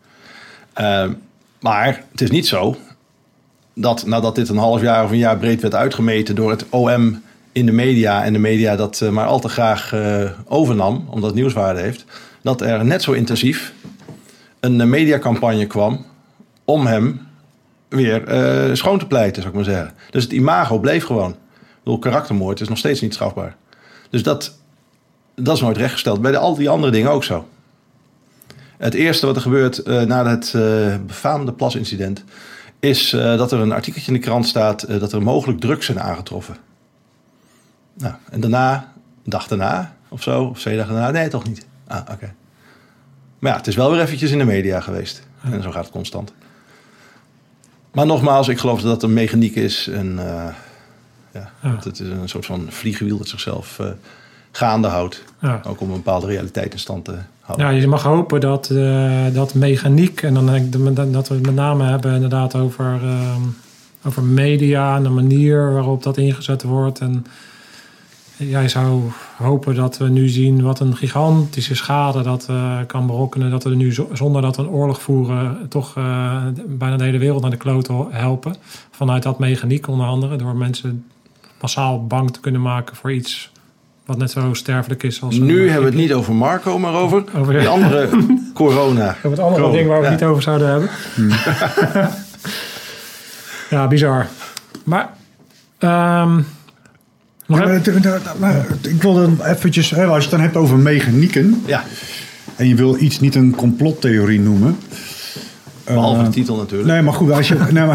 Maar het is niet zo dat nadat dit een half jaar of een jaar breed werd uitgemeten door het OM in de media en de media dat maar al te graag overnam, omdat het nieuwswaarde heeft, dat er net zo intensief een mediacampagne kwam om hem weer schoon te pleiten, zou ik maar zeggen. Dus het imago bleef gewoon. Ik bedoel, karaktermoord is nog steeds niet strafbaar. Dus dat is nooit rechtgesteld. Bij al die andere dingen ook zo. Het eerste wat er gebeurt na het befaamde plasincident is dat er een artikeltje in de krant staat dat er mogelijk drugs zijn aangetroffen. Nou, en daarna, een dag daarna of zo, of 2 dagen daarna, nee, toch niet. Ah, oké. Maar ja, het is wel weer eventjes in de media geweest. Ja. En zo gaat het constant. Maar nogmaals, ik geloof dat het een mechaniek is. En het is een soort van vliegenwiel dat zichzelf gaande houdt. Ja. Ook om een bepaalde realiteit in stand te houden. Ja, je mag hopen dat mechaniek, en dan denk ik dat we het met name hebben inderdaad over media en de manier waarop dat ingezet wordt. En jij zou hopen dat we nu zien wat een gigantische schade dat kan berokkenen. Dat we er nu zonder dat we een oorlog voeren toch bijna de hele wereld naar de klote helpen. Vanuit dat mechaniek onder andere. Door mensen massaal bang te kunnen maken voor iets Wat net zo sterfelijk is als... Nu hebben we het niet over Marco, maar over die andere corona. Over het andere ding waar we het niet over zouden hebben. Ja, bizar. Maar... ik wil dan eventjes... als je het dan hebt over mechanieken... Ja. En je wil iets niet een complottheorie noemen... Behalve de titel natuurlijk. Nee, maar goed, als je...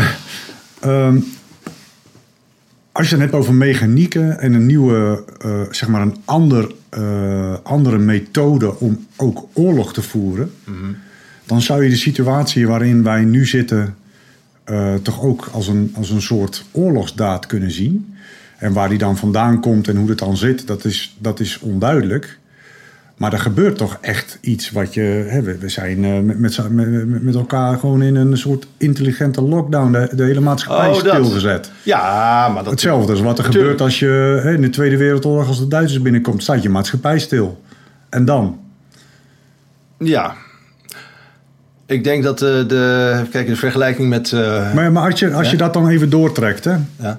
als je het dan hebt over mechanieken en een nieuwe, zeg maar een andere methode om ook oorlog te voeren, dan zou je de situatie waarin wij nu zitten toch ook als een soort oorlogsdaad kunnen zien. En waar die dan vandaan komt en hoe het dan zit, dat is onduidelijk. Maar er gebeurt toch echt iets wat je... We zijn met elkaar gewoon in een soort intelligente lockdown... de hele maatschappij is stilgezet. Ja, maar dat... Hetzelfde is wat er gebeurt als je in de Tweede Wereldoorlog... als de Duitsers binnenkomt, staat je maatschappij stil. En dan? Ja. Ik denk dat de vergelijking met... Maar als je dat dan even doortrekt... Hè? Ja.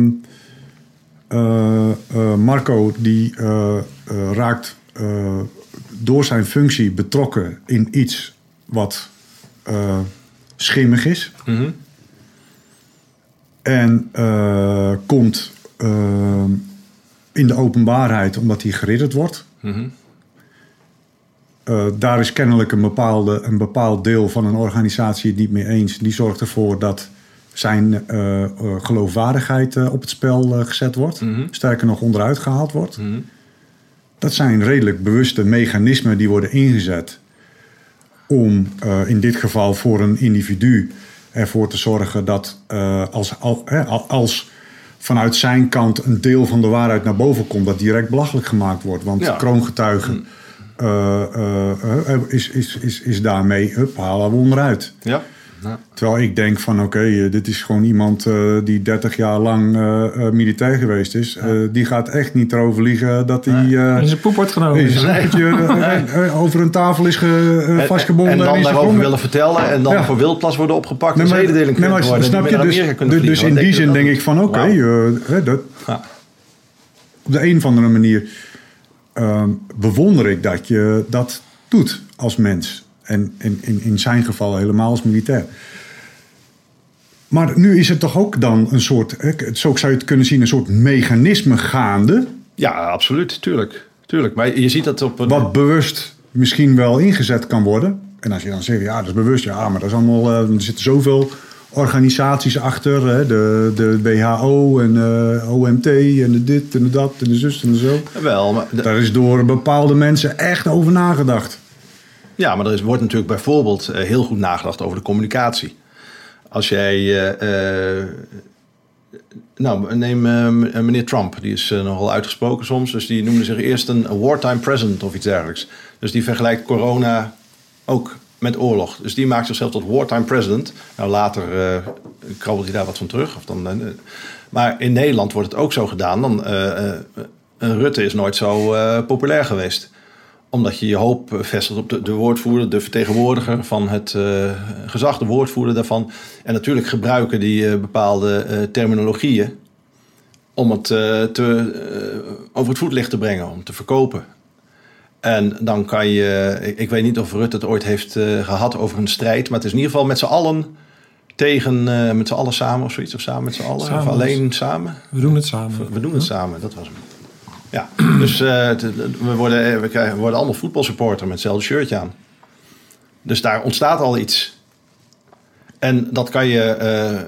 Marco, die raakt... door zijn functie betrokken in iets wat schimmig is. Mm-hmm. En komt in de openbaarheid omdat hij geridderd wordt. Mm-hmm. Daar is kennelijk een bepaald deel van een organisatie het niet mee eens. Die zorgt ervoor dat zijn geloofwaardigheid op het spel gezet wordt. Mm-hmm. Sterker nog onderuit gehaald wordt. Mm-hmm. Dat zijn redelijk bewuste mechanismen die worden ingezet om in dit geval voor een individu ervoor te zorgen dat als vanuit zijn kant een deel van de waarheid naar boven komt, dat direct belachelijk gemaakt wordt. Want kroongetuigen is daarmee, halen we onderuit. Ja. Ja. Terwijl ik denk van oké, dit is gewoon iemand die 30 jaar lang militair geweest is. Ja. Die gaat echt niet erover liegen dat hij... in zijn poep wordt genomen. Over een tafel is vastgebonden. En dan daarover willen vertellen en dan voor wildplas worden opgepakt en zedendeling kunnen worden. Snap je? Dus in die zin denk ik van oké, op de een of andere manier bewonder ik dat je dat doet als mens. En in zijn geval helemaal als militair. Maar nu is het toch ook dan een soort... Zo zou je het kunnen zien, een soort mechanisme gaande. Ja, absoluut. Tuurlijk. Maar je ziet dat op een... Wat bewust misschien wel ingezet kan worden. En als je dan zegt, ja, dat is bewust. Ja, maar dat is allemaal... er zitten zoveel organisaties achter. Hè, de WHO en OMT en de dit en de dat en de zus en de zo. Wel, maar... Daar is door bepaalde mensen echt over nagedacht. Ja, maar wordt natuurlijk bijvoorbeeld heel goed nagedacht over de communicatie. Als jij... neem meneer Trump. Die is nogal uitgesproken soms. Dus die noemde zich eerst een wartime president of iets dergelijks. Dus die vergelijkt corona ook met oorlog. Dus die maakt zichzelf tot wartime president. Nou, later krabbelt hij daar wat van terug. Maar in Nederland wordt het ook zo gedaan. Rutte is nooit zo populair geweest. Omdat je hoop vestigt op de woordvoerder, de vertegenwoordiger van het gezag, de woordvoerder daarvan. En natuurlijk gebruiken die bepaalde terminologieën om het over het voetlicht te brengen, om te verkopen. En dan kan je, ik weet niet of Rutte het ooit heeft gehad over een strijd, maar het is in ieder geval met z'n allen tegen, met z'n allen samen of zoiets, of samen met z'n allen, samen, of alleen samen. We doen het samen. We doen het samen, dat was hem. Ja, dus we worden allemaal voetbalsupporter met hetzelfde shirtje aan. Dus daar ontstaat al iets. En dat kan je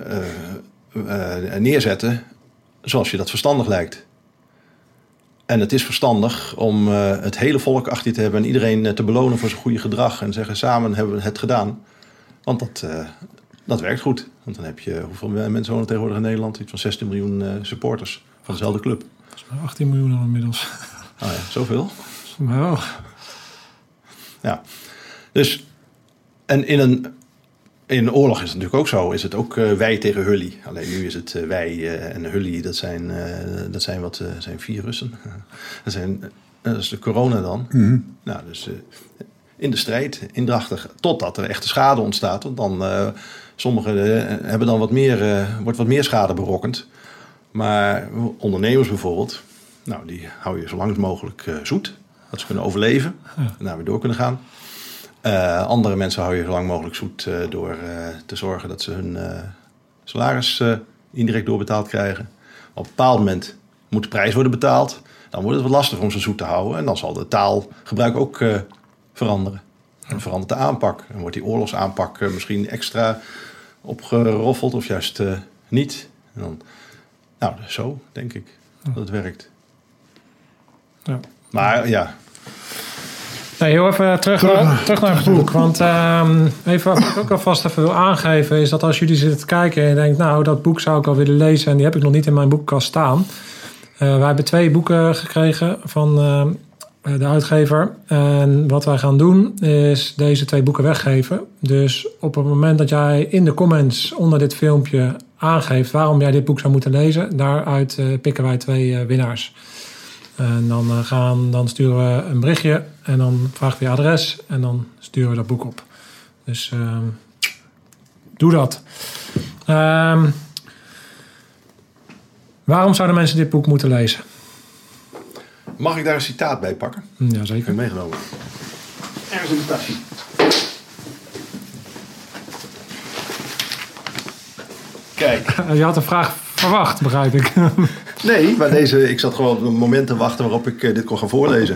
neerzetten zoals je dat verstandig lijkt. En het is verstandig om het hele volk achter je te hebben en iedereen te belonen voor zijn goede gedrag en zeggen samen hebben we het gedaan. Want dat werkt goed. Want dan heb je, hoeveel mensen wonen tegenwoordig in Nederland? Iets van 16 miljoen supporters van dezelfde club. 18 miljoen al inmiddels. Oh ja, zoveel? Nou. Ja. Dus, en in een oorlog is het natuurlijk ook zo. Is het ook wij tegen Hully. Alleen nu is het wij en Hully, dat zijn virussen. Dat is de corona dan. Mm-hmm. Nou, dus in de strijd, indrachtig, totdat er echte schade ontstaat. Want dan, sommigen hebben dan wordt wat meer schade berokkend. Maar ondernemers bijvoorbeeld, Nou, die hou je zo lang mogelijk zoet. Dat ze kunnen overleven en daar weer door kunnen gaan. Andere mensen hou je zo lang mogelijk zoet door te zorgen dat ze hun salaris indirect doorbetaald krijgen. Op een bepaald moment moet de prijs worden betaald. Dan wordt het wat lastiger om ze zoet te houden. En dan zal de taalgebruik ook veranderen. En verandert de aanpak. Dan wordt die oorlogsaanpak misschien extra opgeroffeld of juist niet. En dan, nou, zo denk ik dat het werkt. Ja. Maar ja... Nee, heel even terug naar het boek. Want even wat ik ook alvast even wil aangeven... is dat als jullie zitten te kijken en je denkt... nou, dat boek zou ik al willen lezen... en die heb ik nog niet in mijn boekenkast staan. Wij hebben 2 boeken gekregen van de uitgever. En wat wij gaan doen is deze 2 boeken weggeven. Dus op het moment dat jij in de comments onder dit filmpje aangeeft... waarom jij dit boek zou moeten lezen... daaruit pikken wij 2 winnaars. En dan sturen we een berichtje en dan vragen we je adres en dan sturen we dat boek op. Dus doe dat. Waarom zouden mensen dit boek moeten lezen? Mag ik daar een citaat bij pakken? Ja, zeker. Ik heb meegenomen. Ergens in de tasje. Kijk. Je had een vraag verwacht, begrijp ik. Nee, maar ik zat gewoon op een moment te wachten waarop ik dit kon gaan voorlezen.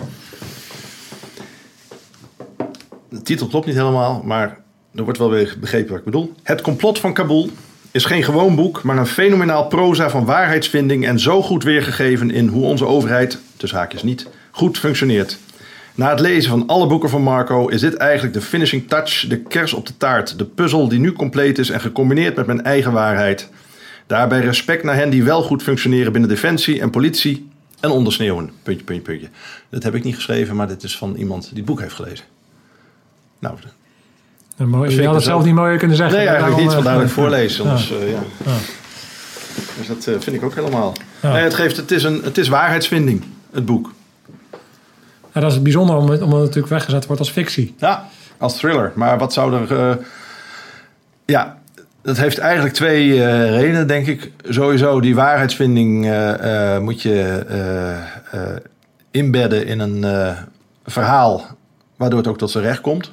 De titel klopt niet helemaal, maar er wordt wel weer begrepen wat ik bedoel. Het complot van Kabul is geen gewoon boek, maar een fenomenaal proza van waarheidsvinding en zo goed weergegeven in hoe onze overheid, tussen haakjes niet, goed functioneert. Na het lezen van alle boeken van Marco is dit eigenlijk de finishing touch, de kers op de taart, de puzzel die nu compleet is en gecombineerd met mijn eigen waarheid. Daarbij respect naar hen die wel goed functioneren binnen defensie en politie en ondersneeuwen. Puntje, puntje, puntje. Dat heb ik niet geschreven, maar dit is van iemand die het boek heeft gelezen. Nou, je had het zelf niet mooier kunnen zeggen. Nee, eigenlijk niet, vandaar dat ik voorlees. Ja. Dus dat vind ik ook helemaal. Ja. Nee, het is waarheidsvinding, het boek. Ja, dat is het bijzonder, omdat het natuurlijk weggezet wordt als fictie. Ja, als thriller. Maar wat zou er... dat heeft eigenlijk 2 redenen, denk ik. Sowieso, die waarheidsvinding moet je inbedden in een verhaal... waardoor het ook tot zijn recht komt.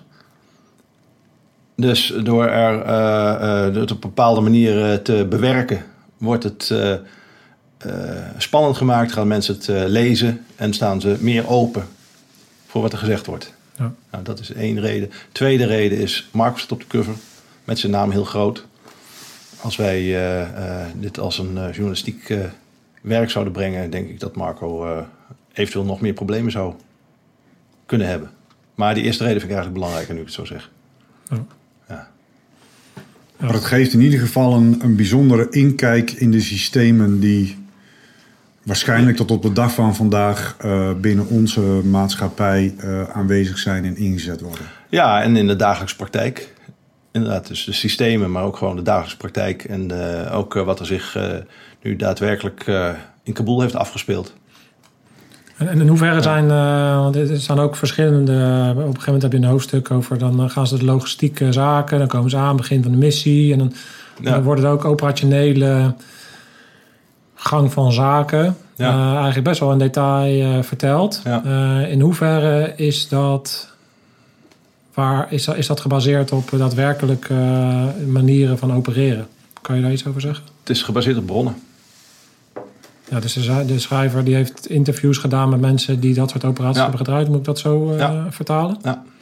Dus door het op een bepaalde manier te bewerken... wordt het spannend gemaakt, gaan mensen het lezen... en staan ze meer open voor wat er gezegd wordt. Ja. Nou, dat is 1 reden. Tweede reden is, Marco staat op de cover met zijn naam heel groot. Als wij dit als een journalistiek werk zouden brengen... denk ik dat Marco eventueel nog meer problemen zou kunnen hebben. Maar die eerste reden vind ik eigenlijk belangrijker, nu ik het zo zeg. Ja. Maar het geeft in ieder geval een bijzondere inkijk in de systemen... die waarschijnlijk tot op de dag van vandaag binnen onze maatschappij aanwezig zijn en ingezet worden. Ja, en in de dagelijkse praktijk. Inderdaad, dus de systemen, maar ook gewoon de dagelijkse praktijk. En ook wat er zich nu daadwerkelijk in Kabul heeft afgespeeld. En in hoeverre zijn, want er staan ook verschillende... Op een gegeven moment heb je een hoofdstuk over... dan gaan ze de logistieke zaken, dan komen ze aan, begin van de missie... en dan worden er ook operationele gang van zaken... eigenlijk best wel in detail verteld. Ja. In hoeverre is dat... Is dat gebaseerd op daadwerkelijke manieren van opereren? Kan je daar iets over zeggen? Het is gebaseerd op bronnen. Ja, dus de schrijver die heeft interviews gedaan met mensen die dat soort operaties hebben gedraaid. Moet ik dat zo vertalen?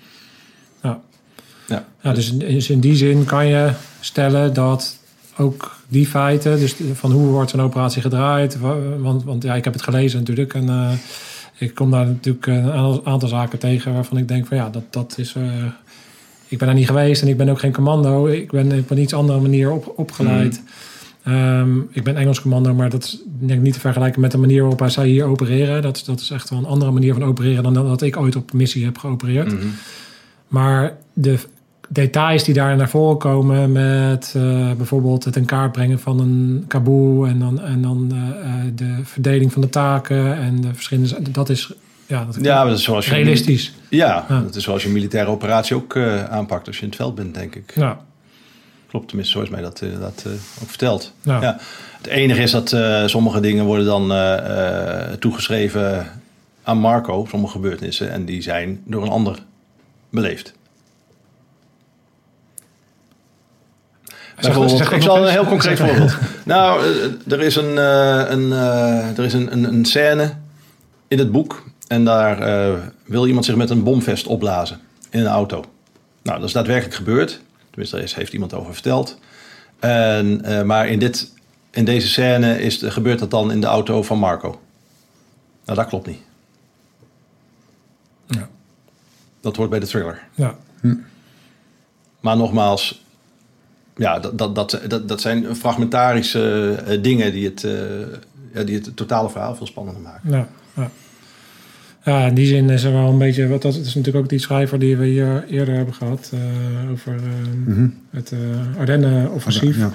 Ja, dus in die zin kan je stellen dat ook die feiten... dus van hoe wordt zo'n operatie gedraaid... want ik heb het gelezen natuurlijk... en ik kom daar natuurlijk een aantal zaken tegen... waarvan ik denk van dat is... ik ben daar niet geweest en ik ben ook geen commando. Ik ben op een iets andere manier opgeleid... Ik ben Engels commando, maar dat is denk ik niet te vergelijken met de manier waarop zij hier opereren. Dat is echt wel een andere manier van opereren dan dat ik ooit op missie heb geopereerd. Mm-hmm. Maar de details die daar naar voren komen met bijvoorbeeld het in kaart brengen van een Kabul en dan de verdeling van de taken en de verschillende... Dat is dat is zoals realistisch. Dat is zoals je een militaire operatie ook aanpakt als je in het veld bent, denk ik. Ja. Klopt, tenminste, zo is mij dat inderdaad ook verteld. Ja. Ja. Het enige is dat sommige dingen worden dan toegeschreven aan Marco, sommige gebeurtenissen, en die zijn door een ander beleefd. Bijvoorbeeld, ik zal een heel concreet voorbeeld. Nou, er is een scène in het boek en daar wil iemand zich met een bomvest opblazen in een auto. Nou, dat is daadwerkelijk gebeurd. Tenminste, daar heeft iemand over verteld. Maar in deze scène gebeurt dat dan in de auto van Marco. Nou, dat klopt niet. Ja. Dat hoort bij de thriller. Ja. Maar nogmaals, ja, dat zijn fragmentarische dingen die het totale verhaal veel spannender maken. Ja, ja. Ja, in die zin is er wel een beetje... Dat is natuurlijk ook die schrijver die we hier eerder hebben gehad... over het Ardennen-offensief. Ja.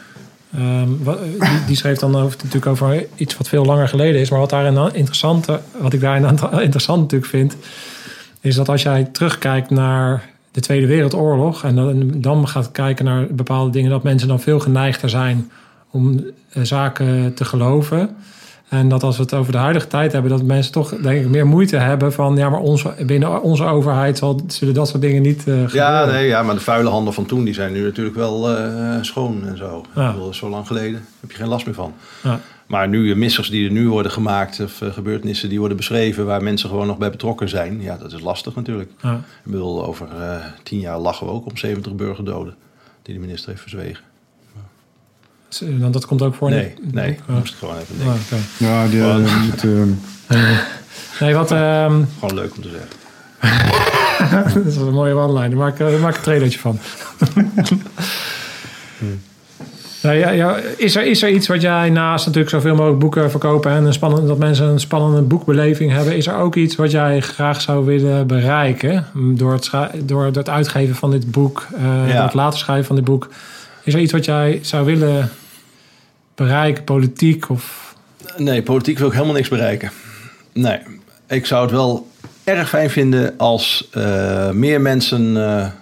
Die schreef dan natuurlijk over iets wat veel langer geleden is. Maar wat ik daarin interessant natuurlijk vind... is dat als jij terugkijkt naar de Tweede Wereldoorlog... en dan gaat kijken naar bepaalde dingen... dat mensen dan veel geneigder zijn om zaken te geloven... En dat als we het over de huidige tijd hebben... dat mensen toch, denk ik, meer moeite hebben van... ja, maar binnen onze overheid zullen dat soort dingen niet gebeuren. Ja, maar de vuile handen van toen... die zijn nu natuurlijk wel schoon en zo. Ja. Ik bedoel, zo lang geleden heb je geen last meer van. Ja. Maar nu missers die er nu worden gemaakt... of gebeurtenissen die worden beschreven... waar mensen gewoon nog bij betrokken zijn... ja, dat is lastig natuurlijk. Ja. Ik bedoel, over 10 jaar lachen we ook om 70 burgerdoden... die de minister heeft verzwegen. Dat komt ook voor? Nee, ik moest gewoon even denken. Okay. Ja, nee, wat... Gewoon leuk om te zeggen. dat is een mooie one-line. Daar maak een trailertje van. Is er iets wat jij naast natuurlijk zoveel mogelijk boeken verkopen... en dat mensen een spannende boekbeleving hebben... is er ook iets wat jij graag zou willen bereiken... door het uitgeven van dit boek... door het later schrijven van dit boek... Is er iets wat jij zou willen bereiken, politiek of... Nee, politiek wil ik helemaal niks bereiken. Nee, ik zou het wel erg fijn vinden als meer mensen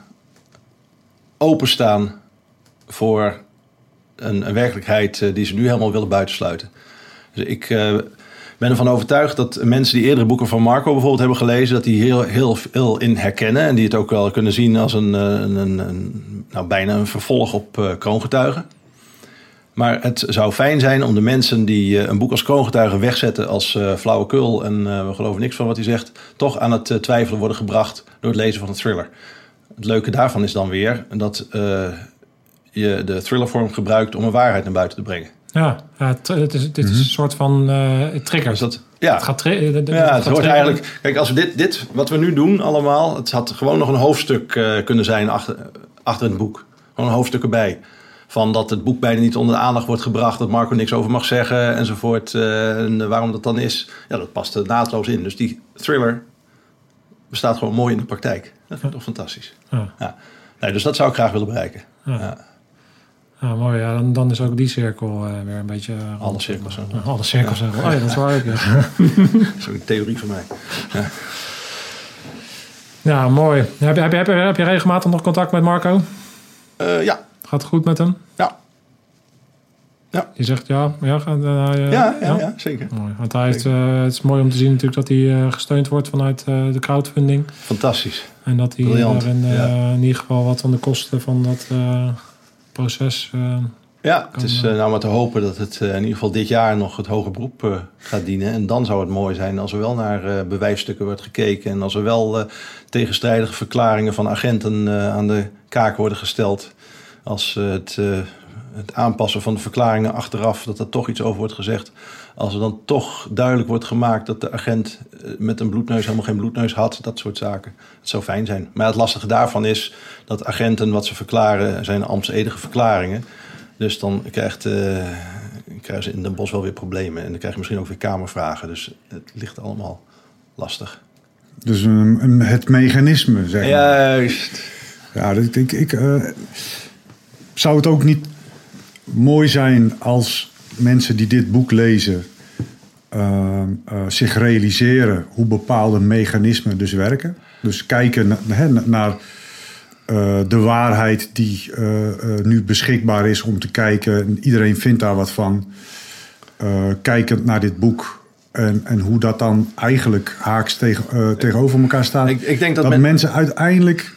openstaan voor een werkelijkheid die ze nu helemaal willen buitensluiten. Dus ik ben ervan overtuigd dat mensen die eerdere boeken van Marco bijvoorbeeld hebben gelezen... dat die heel veel in herkennen en die het ook wel kunnen zien als bijna een vervolg op Kroongetuigen. Maar het zou fijn zijn om de mensen die een boek als Kroongetuigen wegzetten als flauwekul... en we geloven niks van wat hij zegt... toch aan het twijfelen worden gebracht door het lezen van een thriller. Het leuke daarvan is dan weer dat je de thrillervorm gebruikt om een waarheid naar buiten te brengen. Ja, dit is een soort van trigger. Dus het hoort eigenlijk... Kijk, als we dit wat we nu doen allemaal... het had gewoon nog een hoofdstuk kunnen zijn achter het boek. Gewoon een hoofdstuk erbij. Van dat het boek bijna niet onder de aandacht wordt gebracht... dat Marco niks over mag zeggen enzovoort. En waarom dat dan is, ja, dat past er naadloos in. Dus die thriller bestaat gewoon mooi in de praktijk. Dat vind ik toch fantastisch. Ja. Nee, dus dat zou ik graag willen bereiken. Ja, mooi. Ja, dan is ook die cirkel weer een beetje... alle cirkels. Alle cirkels. Ja. Oh ja, dat is waar ook. Ja. Dat is ook een theorie van mij. Ja, mooi. Heb je regelmatig nog contact met Marco? Ja. Gaat het goed met hem? Ja. Je zegt ja, zeker. Mooi. Want het is mooi om te zien natuurlijk dat hij gesteund wordt vanuit de crowdfunding. Fantastisch. En dat hij in ieder geval wat van de kosten van dat proces... het is nou maar te hopen dat het in ieder geval dit jaar nog het hoger beroep gaat dienen. En dan zou het mooi zijn als er wel naar bewijsstukken wordt gekeken. En als er wel tegenstrijdige verklaringen van agenten aan de kaak worden gesteld. Als het aanpassen van de verklaringen achteraf, dat er toch iets over wordt gezegd. Als er dan toch duidelijk wordt gemaakt dat de agent met een bloedneus helemaal geen bloedneus had. Dat soort zaken. Het zou fijn zijn. Maar het lastige daarvan is dat agenten wat ze verklaren zijn ambtsedige verklaringen. Dus dan krijgen ze in Den Bosch wel weer problemen. En dan krijg je misschien ook weer kamervragen. Dus het ligt allemaal lastig. Dus het mechanisme, zeg maar. Juist. Ja, ik zou het ook niet mooi zijn als mensen die dit boek lezen zich realiseren hoe bepaalde mechanismen dus werken. Dus kijken naar de waarheid die nu beschikbaar is om te kijken. Iedereen vindt daar wat van. Kijkend naar dit boek en hoe dat dan eigenlijk haaks tegenover elkaar staat. Ik denk dat mensen uiteindelijk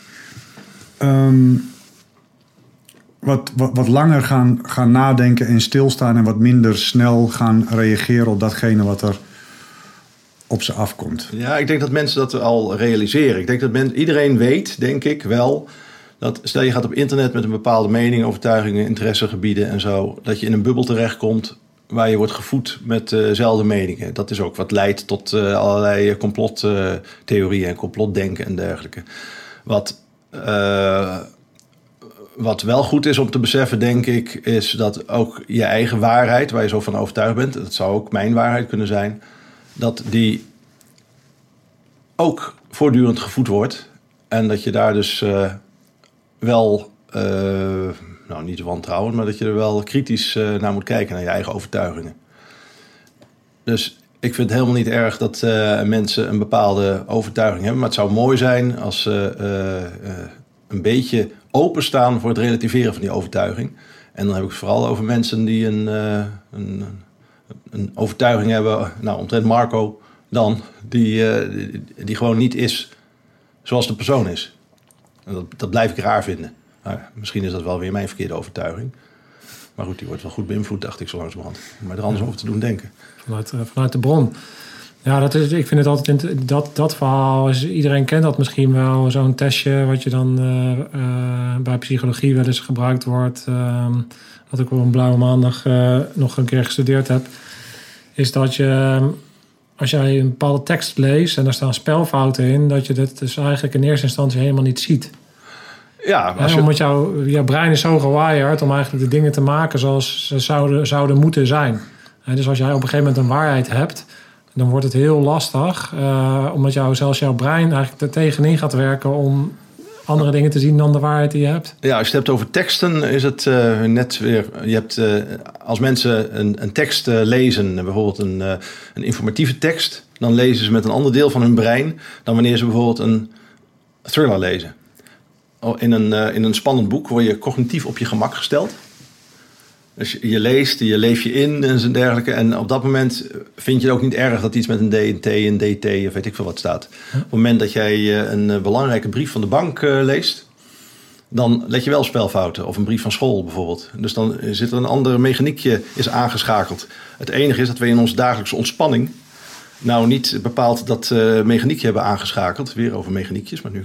wat langer gaan nadenken en stilstaan en wat minder snel gaan reageren op datgene wat er op ze afkomt. Ja, ik denk dat mensen dat al realiseren. Ik denk dat iedereen weet, denk ik wel, dat stel je gaat op internet met een bepaalde mening, overtuigingen, interessegebieden en zo, dat je in een bubbel terechtkomt waar je wordt gevoed met dezelfde meningen. Dat is ook wat leidt tot allerlei complottheorieën en complotdenken en dergelijke. Wat wel goed is om te beseffen, denk ik, is dat ook je eigen waarheid, waar je zo van overtuigd bent, dat zou ook mijn waarheid kunnen zijn, dat die ook voortdurend gevoed wordt. En dat je daar dus wel, niet wantrouwen, maar dat je er wel kritisch naar moet kijken, naar je eigen overtuigingen. Dus ik vind het helemaal niet erg dat mensen een bepaalde overtuiging hebben. Maar het zou mooi zijn als ze een beetje openstaan voor het relativeren van die overtuiging. En dan heb ik het vooral over mensen die een overtuiging hebben, omtrent Marco dan, die gewoon niet is zoals de persoon is. En dat blijf ik raar vinden. Maar misschien is dat wel weer mijn verkeerde overtuiging. Maar goed, die wordt wel goed beïnvloed, dacht ik zo langzamerhand. Maar er anders over te doen denken. Vanuit de bron. Ja, ik vind het altijd dat verhaal. Iedereen kent dat misschien wel. Zo'n testje wat je dan bij psychologie wel eens gebruikt wordt. Wat ik op een blauwe maandag nog een keer gestudeerd heb. Is dat je, als jij een bepaalde tekst leest en daar staan spelfouten in, dat je dat dus eigenlijk in eerste instantie helemaal niet ziet. Ja, omdat jouw brein is zo gewired om eigenlijk de dingen te maken zoals ze zouden moeten zijn. Dus als jij op een gegeven moment een waarheid hebt, dan wordt het heel lastig. Omdat zelfs jouw brein eigenlijk er tegenin gaat werken om andere dingen te zien dan de waarheid die je hebt. Ja, als je het hebt over teksten, is het net weer. Je hebt als mensen een tekst lezen, bijvoorbeeld een informatieve tekst, dan lezen ze met een ander deel van hun brein dan wanneer ze bijvoorbeeld een thriller lezen. In een spannend boek word je cognitief op je gemak gesteld. Dus je leest, je leef je in en zo dergelijke. En op dat moment vind je het ook niet erg dat iets met een D, een T, een DT of weet ik veel wat staat. Op het moment dat jij een belangrijke brief van de bank leest, dan let je wel spelfouten. Of een brief van school bijvoorbeeld. Dus dan zit er een ander mechaniekje is aangeschakeld. Het enige is dat we in onze dagelijkse ontspanning niet bepaald dat mechaniekje hebben aangeschakeld. Weer over mechaniekjes, maar nu...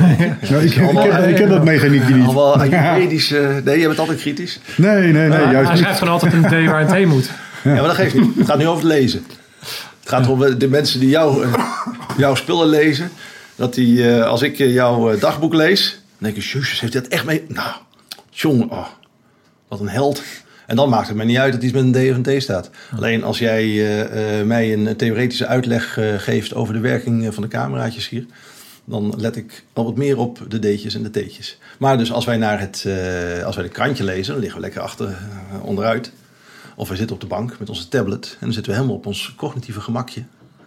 Ik ken dat mechaniekje niet. Allemaal ayurvedisch... nee, je bent altijd kritisch. Nee, juist hij schrijft gewoon altijd een D waar een T moet. Ja, maar dat geeft niet. Het gaat nu over het lezen. Het gaat om de mensen die jouw spullen lezen. Dat als ik jouw dagboek lees, dan denk ik, jezus, heeft hij dat echt mee? Nou, jongen, wat een held. En dan maakt het mij niet uit dat iets met een D of een T staat. Alleen als jij mij een theoretische uitleg geeft over de werking van de cameraatjes hier, dan let ik al wat meer op de D'tjes en de T'tjes. Maar dus als wij de krantje lezen, dan liggen we lekker onderuit. Of we zitten op de bank met onze tablet en dan zitten we helemaal op ons cognitieve gemakje.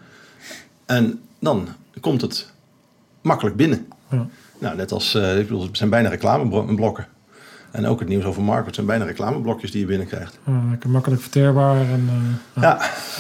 En dan komt het makkelijk binnen. Ja. Nou, net als, het zijn bijna reclameblokken. En ook het nieuws over Marco. Het zijn bijna reclameblokjes die je binnenkrijgt. Lekker makkelijk verteerbaar. Ja.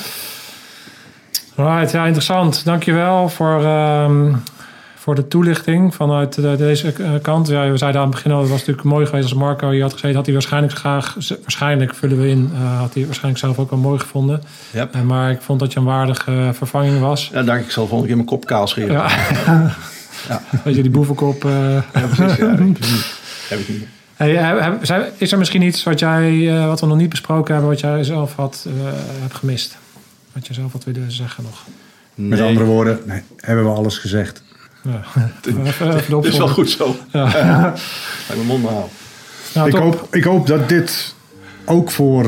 Right, ja, interessant. Dankjewel voor de toelichting vanuit deze kant. Ja, we zeiden aan het begin al, het was natuurlijk mooi geweest als Marco hier had gezeten. Had hij waarschijnlijk vullen we in, had hij waarschijnlijk zelf ook wel mooi gevonden. Yep. Maar ik vond dat je een waardige vervanging was. Ja, dank. Ik zal volgende keer mijn kop kaal scheren. Ja. Ja. Weet je, die boevenkop. Ja, precies. Ja, heb ik niet. Hey, is er misschien iets wat we nog niet besproken hebben, wat jij zelf hebt gemist? Wat je zelf had willen zeggen nog? Nee. Met andere woorden, hebben we alles gezegd. Ja. Het is wel goed zo. Ja. Laat mijn mond maar houden. Nou, ik hoop dat dit ook voor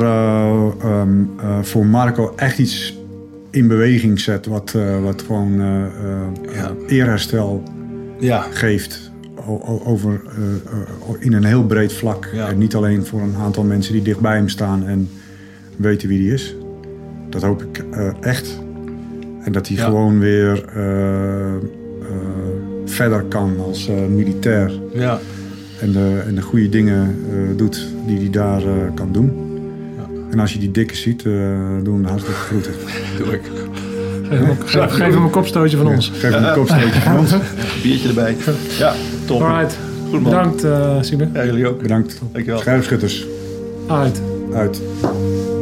Marco echt iets in beweging zet, wat gewoon eerherstel geeft. In een heel breed vlak. Ja. En niet alleen voor een aantal mensen die dichtbij hem staan en weten wie die is. Dat hoop ik echt. En dat hij gewoon weer verder kan als militair. Ja. en de goede dingen doet die hij daar kan doen. Ja. En als je die dikke ziet, doe hem de hartelijke groeten. Doe ik. Geef hem een kopstootje van ons. Geef hem een kopstootje van ons. Biertje erbij. Ja, top. Alright. Goed man. Bedankt, Siebe. Ja, jullie ook. Bedankt. Dankjewel. Scherpschutters. Uit. Uit.